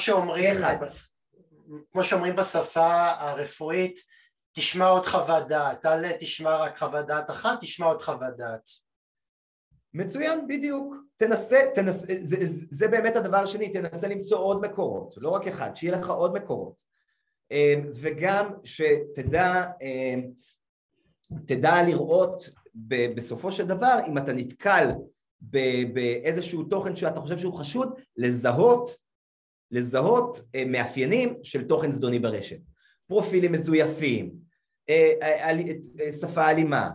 שאומרים בשפה הרפואית, תשמע עוד חוות דעת, אל תשמע רק חוות דעת אחת, תשמע עוד חוות דעת. מצוין, בדיוק. תנסה, זה באמת הדבר השני, תנסה למצוא עוד מקורות, לא רק אחד, שיהיה לך עוד מקורות. וגם שתדע לראות בסופו של דבר, אם אתה נתקל באיזשהו תוכן שאתה חושב שהוא חשוד, לזהות מאפיינים של תוכן זדוני ברשת. פרופילים מזויפים, שפה אלימה,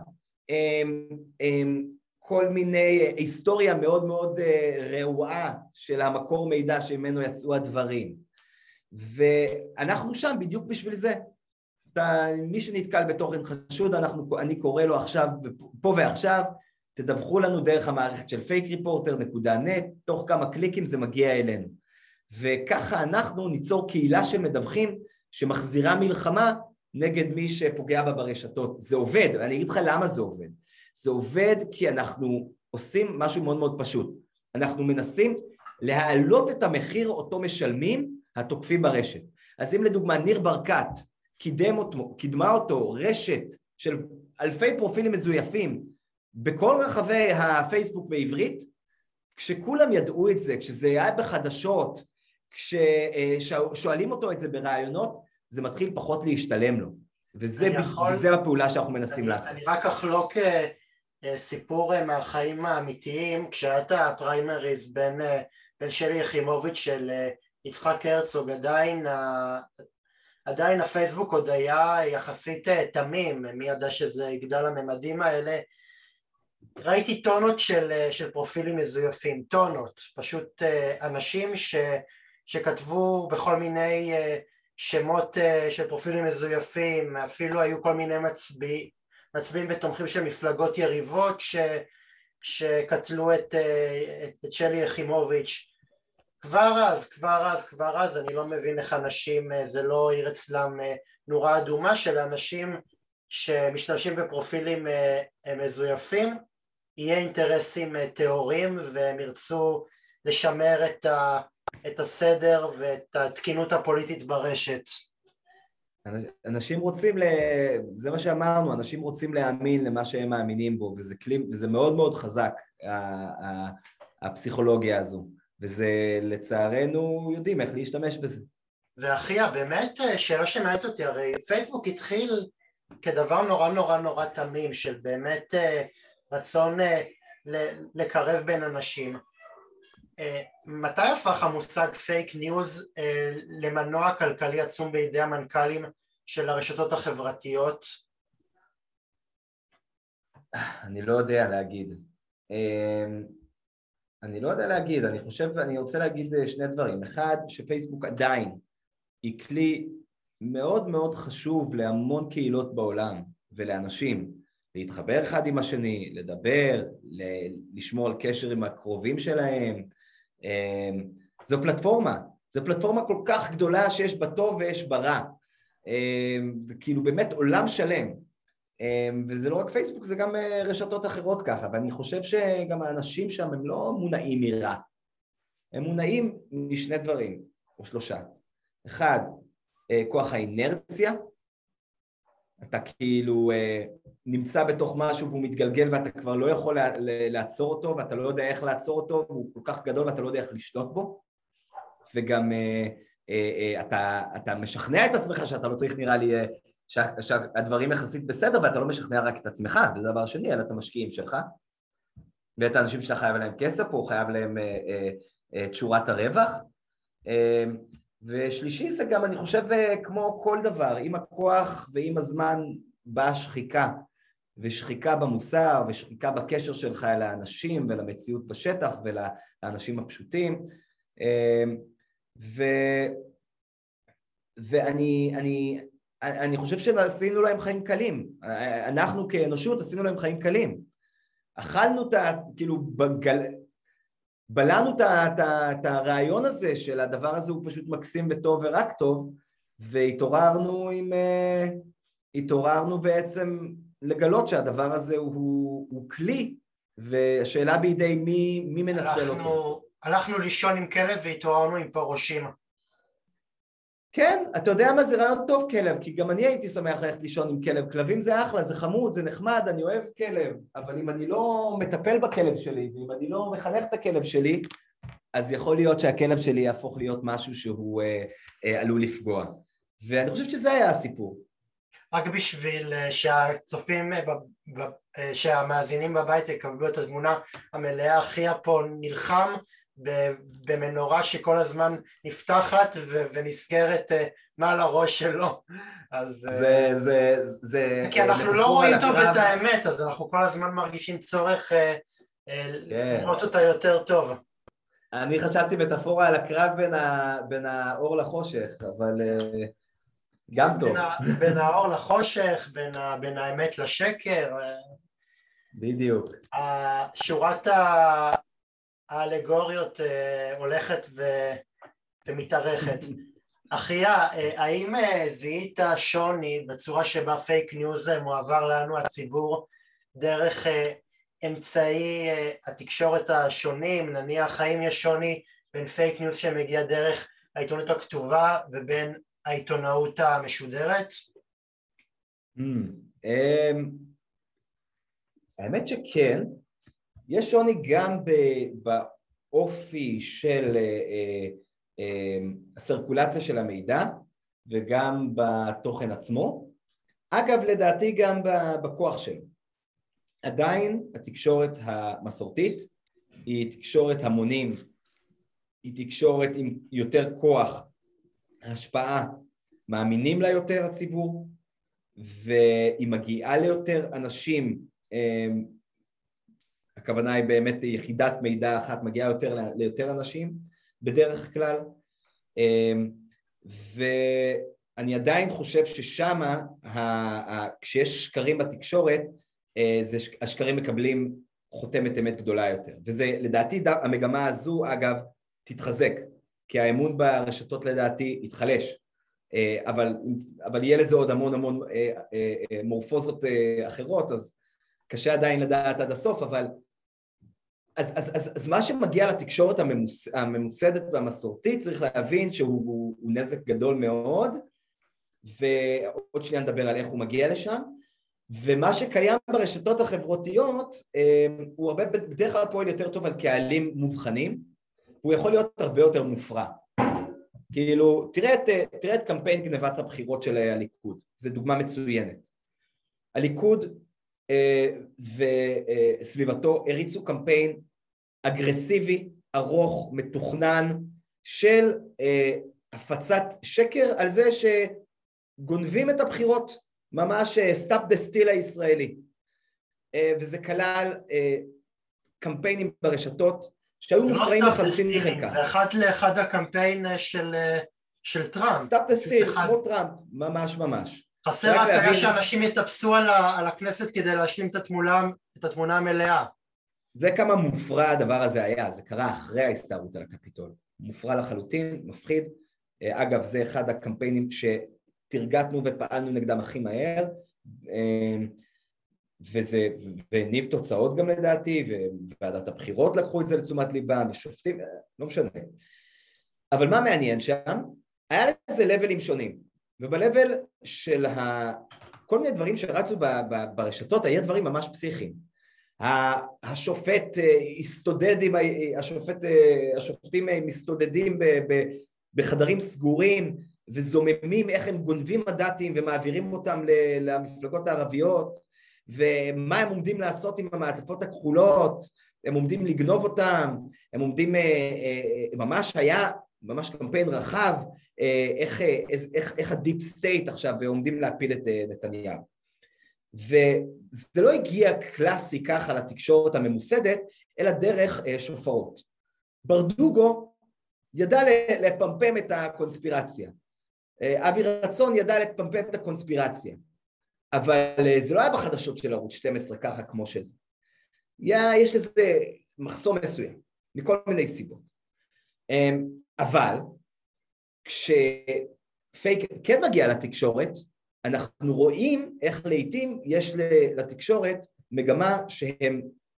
כל מיני היסטוריה מאוד מאוד רעועה של המקור מידע שממנו יצאו הדברים. ואנחנו שם בדיוק בשביל זה. מי שנתקל בתוכן חשוד, אני קורא לו עכשיו, פה ועכשיו, תדווחו לנו דרך המערכת של fakereporter.net, תוך כמה קליקים זה מגיע אלינו. וככה אנחנו ניצור קהילה של מדווחים שמחזירה מלחמה נגד מי שפוגע בה ברשתות. זה עובד, ואני אגיד לך למה זה עובד. זה עובד כי אנחנו עושים משהו מאוד מאוד פשוט. אנחנו מנסים להעלות את המחיר אותו משלמים התוקפים ברשת. אז אם לדוגמה ניר ברקת קידמה אותו רשת של אלפי פרופילים מזויפים בכל רחבי הפייסבוק בעברית, כשכולם ידעו את זה, כשזה היה בחדשות, כששואלים אותו את זה ברעיונות, זה מתחיל פחות להשתלם לו. וזה הפעולה שאנחנו מנסים לעשות. אני רק אחלוק סיפור מהחיים האמיתיים, כשהיה את הפריימריז בין שלי יחימוביץ' של יצחק הרצוג, עדיין הפייסבוק עוד היה יחסית תמים, מי ידע שזה יגדל לממדים האלה. ראיתי טונות של פרופילים מזויפים, טונות, פשוט אנשים שכתבו בכל מיני שמות של פרופילים מזויפים, אפילו היו כל מיני מצביעים ותומכים של מפלגות יריבות שקטלו את שלי יחימוביץ'. כבר אז, אני לא מבין איך אנשים, זה לא עיר אצלם נורה אדומה של אנשים שמשתמשים בפרופילים מזויפים, יהיה אינטרסים טהורים והם ירצו לשמר את הסדר ואת התקינות הפוליטית ברשת. אנשים רוצים, זה מה שאמרנו, אנשים רוצים להאמין למה שהם מאמינים בו, וזה מאוד מאוד חזק, הפסיכולוגיה הזו, וזה לצערנו יודעים איך להשתמש בזה. ואחיה, באמת שאלה שמעט אותי, הרי פייסבוק התחיל כדבר נורא נורא נורא תמים, של באמת רצון לקרב בין אנשים. מתי הפך המושג פייק ניוז למנוע כלכלי עצום בידי המנכ"לים של הרשתות החברתיות? אני לא יודע להגיד. אני רוצה להגיד שני דברים. אחד, שפייסבוק עדיין היא כלי מאוד מאוד חשוב להמון קהילות בעולם ולאנשים, להתחבר אחד עם השני, לדבר, לשמור על קשר עם הקרובים שלהם. זו פלטפורמה כל כך גדולה שיש בה טוב ויש בה רע. זה כאילו באמת עולם שלם. וזה לא רק פייסבוק, זה גם רשתות אחרות ככה, ואני חושב שגם האנשים שם הם לא מונעים מרע, הם מונעים משני דברים, או שלושה. אחד, כוח האינרציה, אתה כאילו נמצא בתוך משהו והוא מתגלגל ואתה כבר לא יכול לעצור אותו, ואתה לא יודע איך לעצור אותו, והוא כל כך גדול ואתה לא יודע איך לשלוט בו, וגם אתה משכנע את עצמך שאתה לא צריך, נראה לי, שהדברים יחסית בסדר, ואתה לא משכנע רק את עצמך, וזה דבר שני, אלא את המשקיעים שלך, ואת האנשים שאתה חייב להם כסף, או חייב להם את שורת הרווח, ושלישי זה גם, אני חושב, כמו כל דבר, עם הכוח ועם הזמן באה שחיקה, ושחיקה במוסר, ושחיקה בקשר שלך אל האנשים, ולמציאות בשטח, ולאנשים הפשוטים, ואני חושב שעשינו להם חיים קלים, אנחנו כאנושות עשינו להם חיים קלים, אכלנו כאילו בלענו את הרעיון הזה של הדבר הזה הוא פשוט מקסים וטוב ורק טוב, והתעוררנו בעצם לגלות שהדבר הזה הוא כלי, והשאלה בידי מי מנצל אותו. הלכנו לישון עם כלב והתעוררנו עם פרושים. כן, אתה יודע מה, זה רעיון טוב כלב, כי גם אני הייתי שמח ללכת לישון עם כלב, כלבים זה אחלה, זה חמוד, זה נחמד, אני אוהב כלב, אבל אם אני לא מטפל בכלב שלי, ואם אני לא מחנך את הכלב שלי, אז יכול להיות שהכלב שלי יהפוך להיות משהו שהוא עלול לפגוע. ואני חושב שזה היה הסיפור. רק בשביל שהצופים, שהמאזינים בבית יקבלו את התמונה המלאה, אחיה פה נלחם במנורה שכל הזמן נפתחת ונסגרת מעל הראש שלו. אז זה כי אנחנו לא רואים טוב את האמת, אז אנחנו כל הזמן מרגישים צורך לראות אותה יותר טוב. אני חשבתי מטאפורה על הקרב בין האור לחושך, אבל גם טוב. בין האור לחושך, בין האמת לשקר. בדיוק. שורת האלגוריות הולכת ומתארכת. אחיה, האם זיהית שוני בצורה שבה פייק ניוז מועבר לנו הציבור דרך אמצעי התקשורת השונים? נניח, האם יש שוני בין פייק ניוז שמגיע דרך העיתונות הכתובה ובין העיתונאות המשודרת? האמת שכן. יש שוני גם באופי של הסרקולציה של המידע וגם בתוכן עצמו. אגב, לדעתי גם בכוח שלו. עדיין התקשורת המסורתית היא תקשורת המונים, היא תקשורת עם יותר כוח, השפעה, מאמינים לה יותר הציבור, והיא מגיעה ליותר אנשים, הכוונה היא באמת יחידת מידע אחת מגיעה ליותר אנשים בדרך כלל, ואני עדיין חושב ששמה, כשיש שקרים בתקשורת, השקרים מקבלים חותמת אמת גדולה יותר, וזה לדעתי המגמה הזו אגב תתחזק, כי האמון ברשתות לדעתי יתחלש, אבל יהיה לזה עוד המון מורפוזות אחרות, אז קשה עדיין לדעת עד הסוף, אבל אז מה שמגיע לתקשורת הממוסדת והמסורתית צריך להבין שהוא נזק גדול מאוד, ועוד שניה נדבר על איך הוא מגיע לשם, ומה שקיים ברשתות החברתיות הוא בדרך כלל פועל יותר טוב על קהלים מובחנים, הוא יכול להיות הרבה יותר מופרע. כאילו, תראה את קמפיין גנבת הבחירות של הליכוד, זו דוגמה מצוינת. הליכוד וסביבתו הריצו קמפיין אגרסיבי, ארוך, מתוכנן, של הפצת שקר על זה שגונבים את הבחירות, ממש סטאפ דה סטיל הישראלי. וזה כלל קמפיינים ברשתות שהיו מופרעים לחלוטין מחלקה. זה אחד לאחד הקמפיין של טראמפ. סטאפ דה סטיל, כמו טראמפ, ממש. חסר רק היה שאנשים יטפסו על הכנסת כדי להשלים את התמונה המלאה. זה כמה מופרע הדבר הזה היה, זה קרה אחרי ההסתערות על הקפיטול. מופרע לחלוטין, מפחיד. אגב, זה אחד הקמפיינים שתרגטנו ופעלנו נגדם הכי מהר. וניב תוצאות גם לדעתי, וועדת הבחירות לקחו את זה לתשומת ליבם, ושופטים, לא משנה. אבל מה מעניין שם? היה לזה לבלים שונים, ובלבל של כל מיני דברים שרצו ברשתות, היה דברים ממש פסיכיים. השופט הסתודד עם, השופטים מסתודדים בחדרים סגורים, וזוממים איך הם גונבים מנדטים ומעבירים אותם למפלגות הערביות, ומה הם עומדים לעשות עם המעטפות הכחולות, הם עומדים לגנוב אותם, הם עומדים, ממש היה, ממש קמפיין רחב, איך הדיפ סטייט עכשיו עומדים להפיל את נתניהו. וזה לא הגיע קלאסי ככה לתקשורת הממוסדת, אלא דרך שופרות. ברדוגו ידע לפמפם את הקונספירציה. אבי רצון ידע לפמפם את הקונספירציה. אבל זה לא היה בחדשות של ערוץ 12 ככה כמו שזה. יש לזה מחסום מסוים, מכל מיני סיבות. אבל כשפייק כן מגיע לתקשורת, אנחנו רואים איך לעתים יש לתקשורת מגמה שהם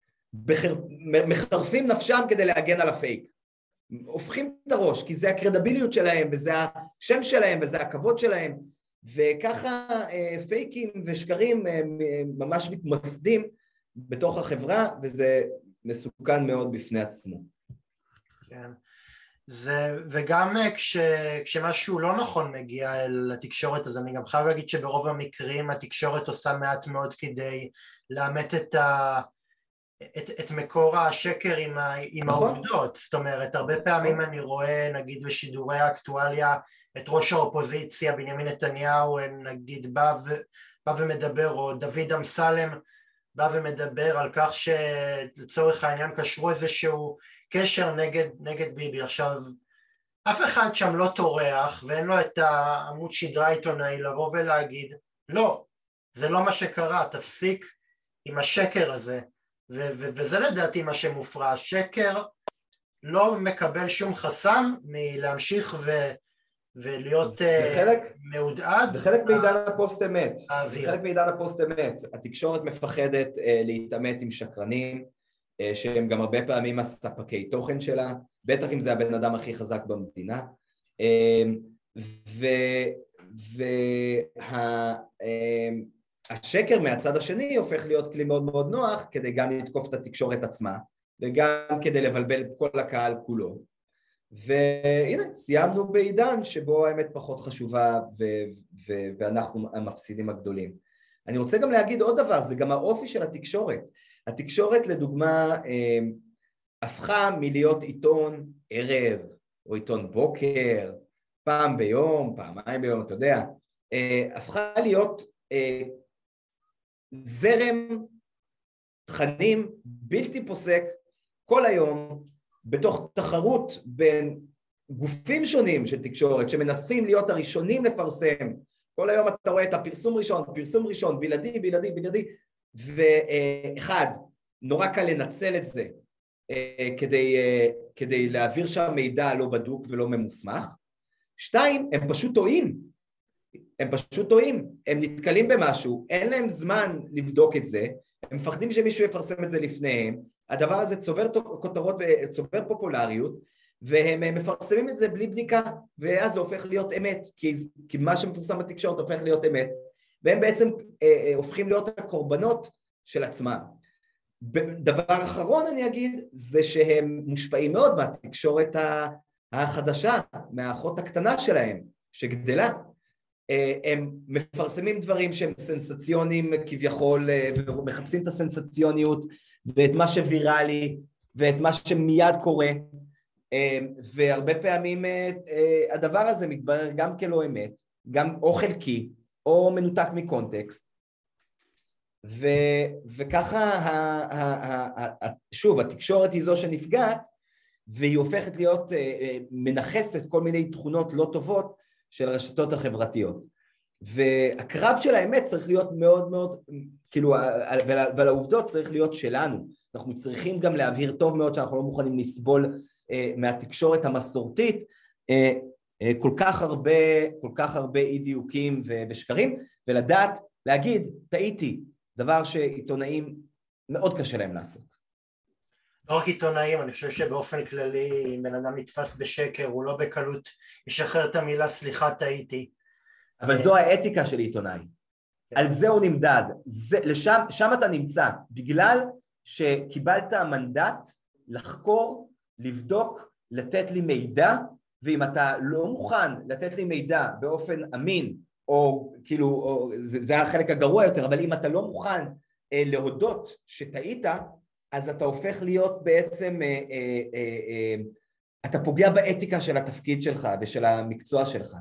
מחרפים נפשם כדי להגן על הפייק. הופכים את הראש, כי זה הקרדיביליות שלהם, וזה השם שלהם, וזה הכבוד שלהם, וככה פייקים ושקרים ממש מתמסדים בתוך החברה, וזה מסוכן מאוד בפני עצמו. כן. וגם כשמשהו לא נכון מגיע לתקשורת, אז אני גם חייב להגיד שברוב המקרים התקשורת עושה מעט מאוד כדי לאמת את מקור השקר עם העובדות. זאת אומרת, הרבה פעמים אני רואה, נגיד בשידורי האקטואליה, את ראש האופוזיציה, בנימין נתניהו, נגיד בא ומדבר, או דוד אמסלם בא ומדבר על כך שלצורך העניין קשרו איזשהו קשר נגד ביבי. עכשיו, אף אחד שם לא טורח, ואין לו את העמוד שדרה עיתונאי לבוא ולהגיד, לא, זה לא מה שקרה, תפסיק עם השקר הזה. וזה לדעתי מה שמופרע, השקר לא מקבל שום חסם מלהמשיך ולהיות מעודד. זה חלק מעידן הפוסט אמת. זה חלק מעידן הפוסט אמת. התקשורת מפחדת להתעמת עם שקרנים, שהם גם הרבה פעמים הספקי תוכן שלה, בטח אם זה הבן אדם הכי חזק במדינה. השקר מהצד השני הופך להיות כלי מאוד מאוד נוח, כדי גם לתקוף את התקשורת עצמה, וגם כדי לבלבל את כל הקהל כולו. והנה, סיימנו בעידן שבו האמת פחות חשובה, ואנחנו המפסידים הגדולים. אני רוצה גם להגיד עוד דבר, זה גם האופי של התקשורת. התקשורת לדוגמה הפכה מלהיות עיתון ערב, או עיתון בוקר, פעם ביום, פעמיים ביום, אתה יודע, הפכה להיות זרם תכנים בלתי פוסק כל היום, בתוך תחרות בין גופים שונים של תקשורת, שמנסים להיות הראשונים לפרסם. כל היום אתה רואה את הפרסום ראשון, בלעדי, ואחד, נורא קל לנצל את זה, כדי להעביר שם מידע לא בדוק ולא ממוסמך. שתיים, הם פשוט טועים, הם נתקלים במשהו, אין להם זמן לבדוק את זה, הם מפחדים שמישהו יפרסם את זה לפניהם, הדבר הזה צובר כותרות וצובר פופולריות, והם מפרסמים את זה בלי בדיקה, ואז זה הופך להיות אמת, כי מה שמפורסם בתקשורת הופך להיות אמת, והם בעצם הופכים להיות הקורבנות של עצמם. דבר אחרון אני אגיד, זה שהם מושפעים מאוד מהתקשורת החדשה, מהאחות הקטנה שלהם, שגדלה. הם מפרסמים דברים שהם סנסציוניים כביכול, ומחפשים את הסנסציוניות, ואת מה שוויראלי, ואת מה שמיד קורה, והרבה פעמים הדבר הזה מתברר גם כלא אמת, גם או חלקי, או מנותק מקונטקסט, וככה, שוב, התקשורת היא זו שנפגעת, והיא הופכת להיות מנחסת כל מיני תכונות לא טובות של הרשתות החברתיות. והקרב של האמת צריך להיות מאוד מאוד, כאילו, ועל העובדות צריך להיות שלנו. אנחנו צריכים גם להבהיר טוב מאוד שאנחנו לא מוכנים לסבול מהתקשורת המסורתית, כל כך הרבה אי דיוקים ושקרים, ולדעת, להגיד, טעיתי, דבר שעיתונאים מאוד קשה להם לעשות. לא רק עיתונאים, אני חושב שבאופן כללי, אם בן אדם נתפס בשקר, הוא לא בקלות ישחרר את המילה סליחה טעיתי. אבל זו האתיקה של עיתונאי. על זה הוא נמדד. שם אתה נמצא, בגלל שקיבלת מנדט לחקור, לבדוק, לתת לי מידע, ואם אתה לא מוכן לתת לי מידע באופן אמין, או כאילו, זה החלק הגרוע יותר, אבל אם אתה לא מוכן להודות שטעית, אז אתה הופך להיות בעצם, אתה פוגע באתיקה של התפקיד שלך ושל המקצוע שלך.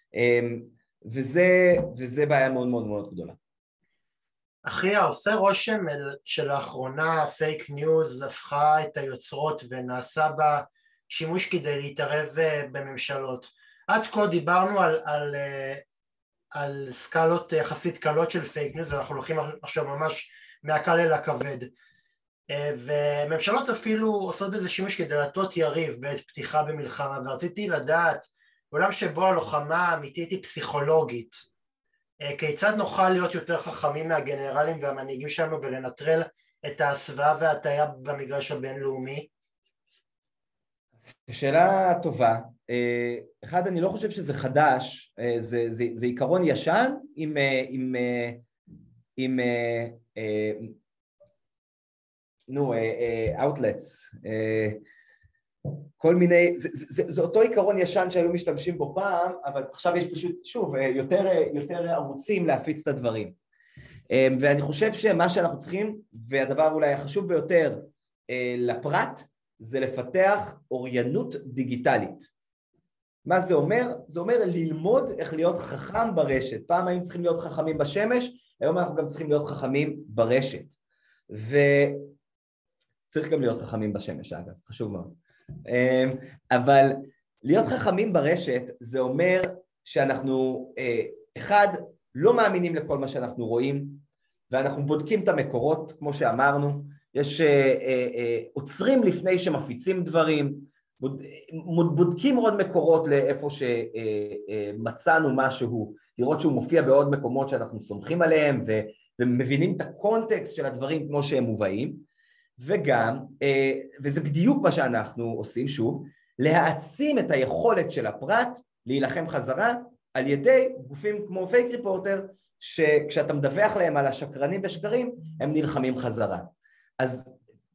וזה בעיה מאוד מאוד מאוד גדולה. אחי, עושה רושם שלאחרונה פייק ניוז הפכה את היוצרות ונעשה בה שימוש כדי להתערב בממשלות. עד כה דיברנו על סקלות יחסית קלות של פייק ניוז, ואנחנו הולכים עכשיו ממש מהקל אל הכבד. וממשלות אפילו עושות בזה שימוש כדי להטות יריב בעת פתיחה במלחמה, ורציתי לדעת, בעולם שבו הלוחמה האמיתית היא פסיכולוגית, כיצד נוכל להיות יותר חכמים מהגנרלים והמנהיגים שלנו ולנטרל את ההסוואה וההטיה במגרש הבינלאומי? שאלה טובה. אחד, אני לא חושב שזה חדש, זה עיקרון ישן עם outlets, כל מיני, זה אותו עיקרון ישן שהיו משתמשים בו פעם, אבל עכשיו יש פשוט, שוב, יותר ערוצים להפיץ את הדברים. ואני חושב שמה שאנחנו צריכים, והדבר אולי החשוב ביותר לפרט, זה לפתח אוריינות דיגיטלית. מה זה אומר? זה אומר ללמוד איך להיות חכם ברשת. פעם היינו צריכים להיות חכמים בשמש, היום אנחנו גם צריכים להיות חכמים ברשת. וצריך גם להיות חכמים בשמש, אגב, חשוב מאוד. אבל להיות חכמים ברשת זה אומר שאנחנו, אחד, לא מאמינים לכל מה שאנחנו רואים, ואנחנו בודקים את המקורות, כמו שאמרנו, יש עוצרים לפני שמפיצים דברים, בודקים עוד מקורות לאיפה שמצאנו משהו, לראות שהוא מופיע בעוד מקומות שאנחנו סומכים עליהם, ומבינים את הקונטקסט של הדברים כמו שהם מובאים, וגם, וזה בדיוק מה שאנחנו עושים שוב, להעצים את היכולת של הפרט להילחם חזרה על ידי גופים כמו פייק ריפורטר, שכשאתה מדווח להם על השקרנים ושקרים, הם נלחמים חזרה. אז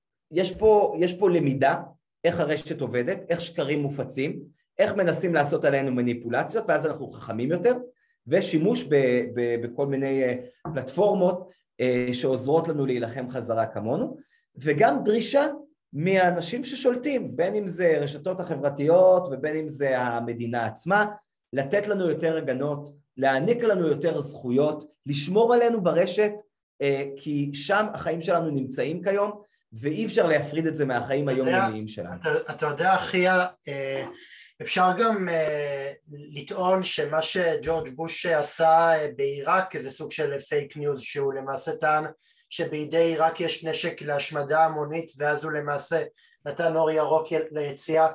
יש פה למידה, איך הרשת עובדת, איך שקרים מופצים, איך מנסים לעשות עלינו מניפולציות, ואז אנחנו חכמים יותר, ושימוש בכל מיני פלטפורמות שעוזרות לנו להילחם חזרה כמונו, וגם דרישה מהאנשים ששולטים, בין אם זה רשתות החברתיות ובין אם זה המדינה עצמה, לתת לנו יותר הגנות, להעניק לנו יותר זכויות, לשמור עלינו ברשת, כי שם החיים שלנו נמצאים כיום, ואי אפשר להפריד את זה מהחיים היומיומיים שלנו. אתה יודע, אחיה, אפשר גם לטעון שמה שג'ורג' בוש עשה בעיראק, זה סוג של פייק ניוז, שהוא למעשה טען שבידי עיראק יש נשק להשמדה המונית, ואז הוא למעשה נתן אור ירוק ליציאה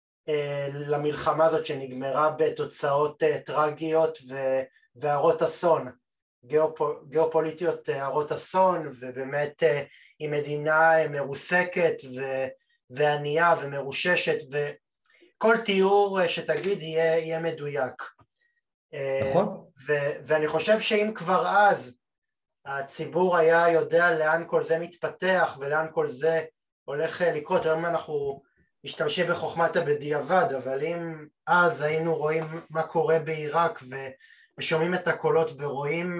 למלחמה הזאת שנגמרה בתוצאות טרגיות והרות אסון, גיאופוליטיות הרות אסון, ובאמת היא מדינה מרוסקת וענייה ומרוששת, וכל תיאור שתגיד יהיה מדויק. נכון. ואני חושב שאם כבר אז הציבור היה יודע לאן כל זה מתפתח ולאן כל זה הולך לקרות, היום אנחנו משתמשים בחוכמת הבדיעבד, אבל אם אז היינו רואים מה קורה בעיראק ושומעים את הקולות ורואים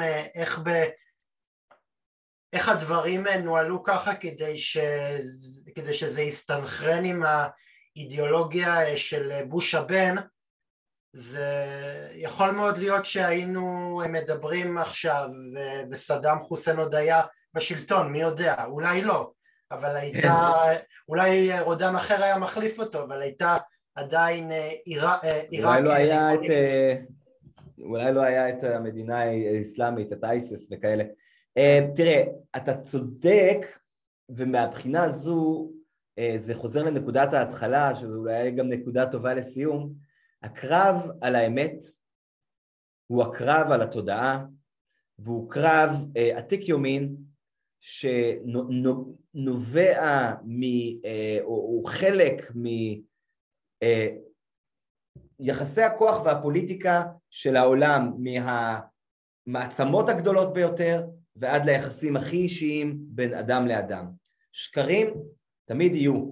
איך הדברים נועלו ככה כדי שזה יסתנכרן עם האידיאולוגיה של בוש הבן, זה יכול מאוד להיות שהיינו מדברים עכשיו וסדאם חוסיין עוד היה בשלטון, מי יודע, אולי לא, אבל הייתה, אולי רודן אחר היה מחליף אותו, אבל הייתה עדיין עיראק. אולי לא היה את המדינה האסלאמית, את אייסס וכאלה. תראה, אתה צודק, ומהבחינה הזו זה חוזר לנקודת ההתחלה, שזו אולי גם נקודה טובה לסיום. הקרב על האמת הוא הקרב על התודעה, והוא קרב עתיק יומין, שנובע או חלק מיחסי הכוח והפוליטיקה של העולם, מהמעצמות הגדולות ביותר ועד ליחסים הכי אישיים בין אדם לאדם. שקרים תמיד יהיו,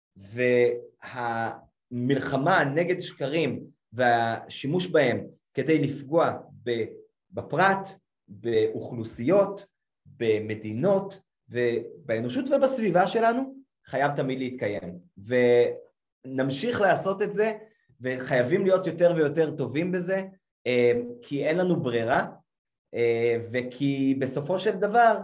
והמלחמה נגד שקרים והשימוש בהם כדי לפגוע בפרט, באוכלוסיות, במדינות ובאנושות ובסביבה שלנו חייב תמיד להתקיים, ונמשיך לעשות את זה וחייבים להיות יותר ויותר טובים בזה, כי אין לנו ברירה, וכי בסופו של דבר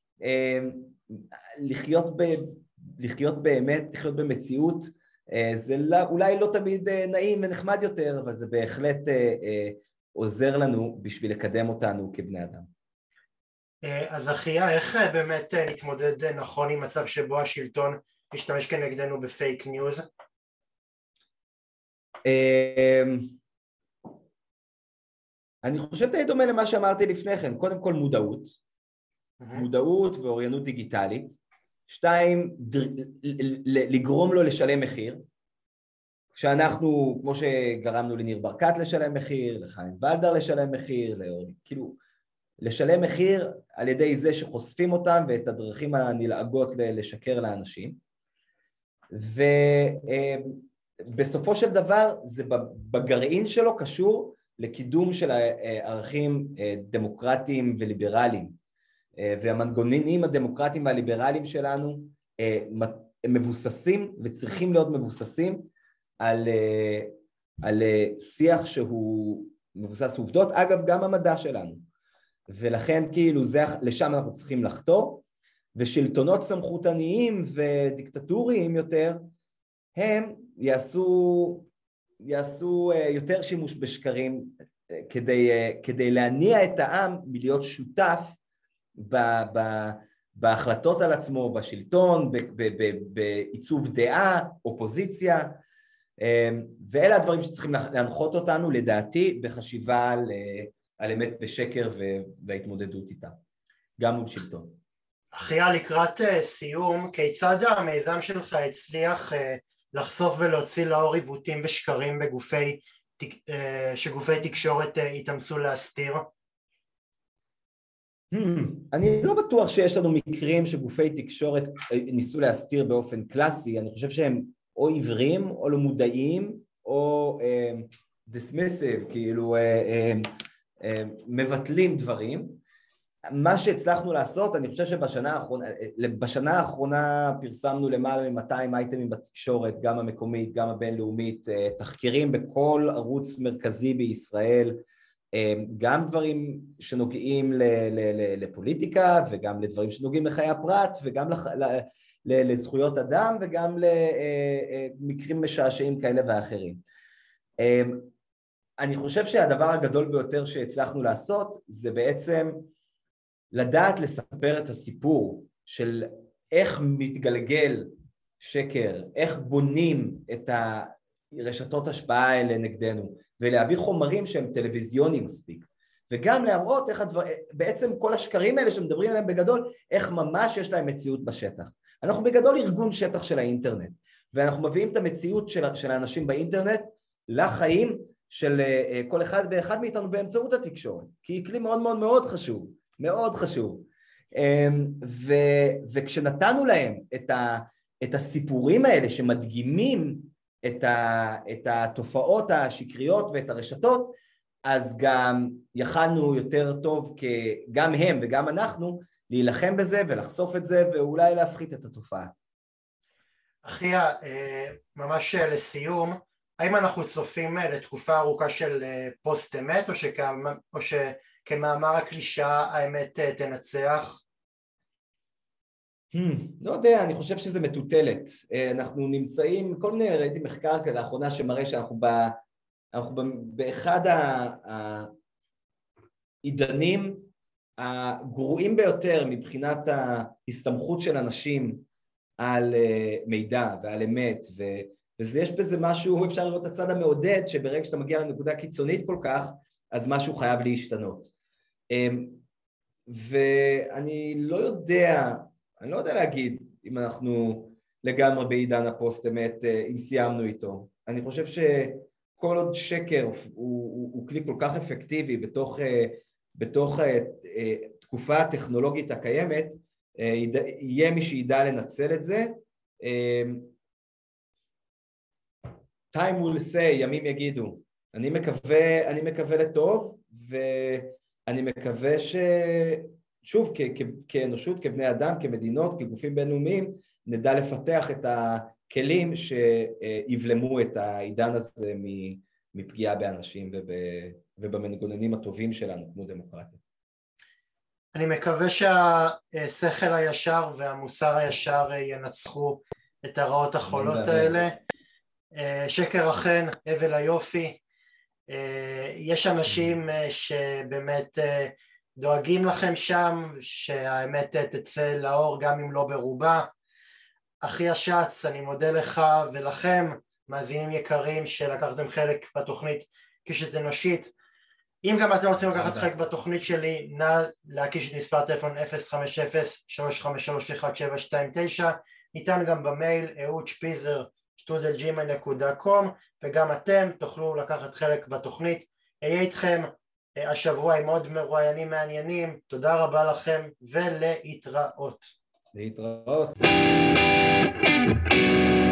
לחיות באמת, לחיות במציאות, זה אולי לא תמיד נעים ונחמד יותר, אבל זה בהחלט עוזר לנו בשביל לקדם אותנו כבני אדם. אז אחיה, איך באמת נתמודד נכון עם מצב שבו השלטון משתמש כנגדנו בפייק ניוז? אני חושב די דומה למה שאמרתי לפני כן, קודם כל מודעות ואוריינות דיגיטלית, 2, לגרום לו לשלם מחיר, שאנחנו, כמו שגרמנו לניר ברקת לשלם מחיר, לחיים ולדר לשלם מחיר, כאילו, לשלם מחיר על ידי זה שחושפים אותם ואת הדרכים הנלעגות לשקר לאנשים, ובסופו של דבר זה בגרעין שלו קשור לקידום של ערכים דמוקרטיים וליברליים, והמנגנונים הדמוקרטיים והליברליים שלנו הם מבוססים וצריכים להיות מבוססים על שיח שהוא מבוסס עובדות, אגב גם המדע שלנו, ולכן כאילו לשם אנחנו צריכים לחתור, ושלטונות סמכותניים ודיקטטוריים יותר, הם יעשו יותר שימוש בשקרים כדי להניע את העם מלהיות שותף בהחלטות על עצמו, בשלטון, בעיצוב דעה, אופוזיציה, ואלה הדברים שצריכים להנחות אותנו לדעתי בחשיבה על אמת ושקר וההתמודדות איתה, גם מול שלטון. אחיה, לקראת סיום, כיצד המיזם שלך הצליח לחשוף ולהוציא לאור עיוותים ושקרים שגופי תקשורת התאמצו להסתיר? אני לא בטוח שיש לנו מקרים שגופי תקשורת ניסו להסתיר באופן קלאסי, אני חושב שהם או עיוורים או לא מודעים או dismissive, כאילו מבטלים דברים. מה שהצלחנו לעשות, אני חושב שבשנה האחרונה פרסמנו למעלה מ-200 אייטמים בתקשורת, גם המקומית, גם הבינלאומית, תחקירים בכל ערוץ מרכזי בישראל, גם דברים שנוגעים לפוליטיקה וגם לדברים שנוגעים לחיי הפרט וגם לזכויות אדם וגם למקרים משעשעים כאלה ואחרים. אני חושב שהדבר הגדול ביותר שהצלחנו לעשות זה בעצם לדעת לספר את הסיפור של איך מתגלגל שקר, איך בונים את הרשתות השפעה האלה נגדנו, ולהביא חומרים שהם טלוויזיוניים מספיק, וגם להראות איך בעצם כל השקרים האלה שמדברים עליהם בגדול, איך ממש יש להם מציאות בשטח. אנחנו בגדול ארגון שטח של האינטרנט, ואנחנו מביאים את המציאות של האנשים באינטרנט לחיים של כל אחד ואחד מאיתנו באמצעות התקשורת, כי היא כלי מאוד מאוד מאוד חשוב, מאוד חשוב. וכשנתנו להם את הסיפורים האלה שמדגימים את התופעות השקריות ואת הרשתות, אז גם יכלנו יותר טוב, גם הם וגם אנחנו, להילחם בזה ולחשוף את זה ואולי להפחית את התופעה. אחיה, ממש לסיום, האם אנחנו צופים לתקופה ארוכה של פוסט אמת, או שכמאמר הקלישאה האמת תנצח? לא יודע, אני חושב שזה מטוטלת. אנחנו נמצאים, כל מיני, ראיתי מחקר לאחרונה שמראה שאנחנו באחד העידנים הגרועים ביותר מבחינת ההסתמכות של אנשים על מידע ועל אמת, ויש בזה משהו, אפשר לראות את הצד המעודד, שברגע שאתה מגיע לנקודה קיצונית כל כך, אז משהו חייב להשתנות. ואני לא יודע להגיד אם אנחנו לגמרי בעידן הפוסט אמת, אם סיימנו איתו. אני חושב שכל עוד שקר הוא כלי כל כך אפקטיבי בתוך תקופה הטכנולוגית הקיימת, יהיה מי שידע לנצל את זה. time will say, ימים יגידו. אני מקווה לטוב, ואני מקווה שוב, כאנושות, כבני אדם, כמדינות, כגופים בינלאומיים, נדע לפתח את הכלים שיבלמו את העידן הזה מפגיעה באנשים ובמנגנונים הטובים שלנו, כמו דמוקרטיה. אני מקווה שהשכל הישר והמוסר הישר ינצחו את הרעות החולות האלה. שקר אכן, הבל היופי. יש אנשים שבאמת דואגים לכם שם, שהאמת תצא לאור גם אם לא ברובה. אחי השץ, אני מודה לך ולכם, מאזינים יקרים, שלקחתם חלק בתוכנית קשת אנושית. אם גם אתם רוצים לקחת חלק בתוכנית שלי, נא להקיש את מספר טלפון 050-353-1729, ניתן גם במייל ehud.spizer@gmail.com, וגם אתם תוכלו לקחת חלק בתוכנית. אהיה איתכם השבוע עם עוד מרואיינים מעניינים. תודה רבה לכם ולהתראות. להתראות.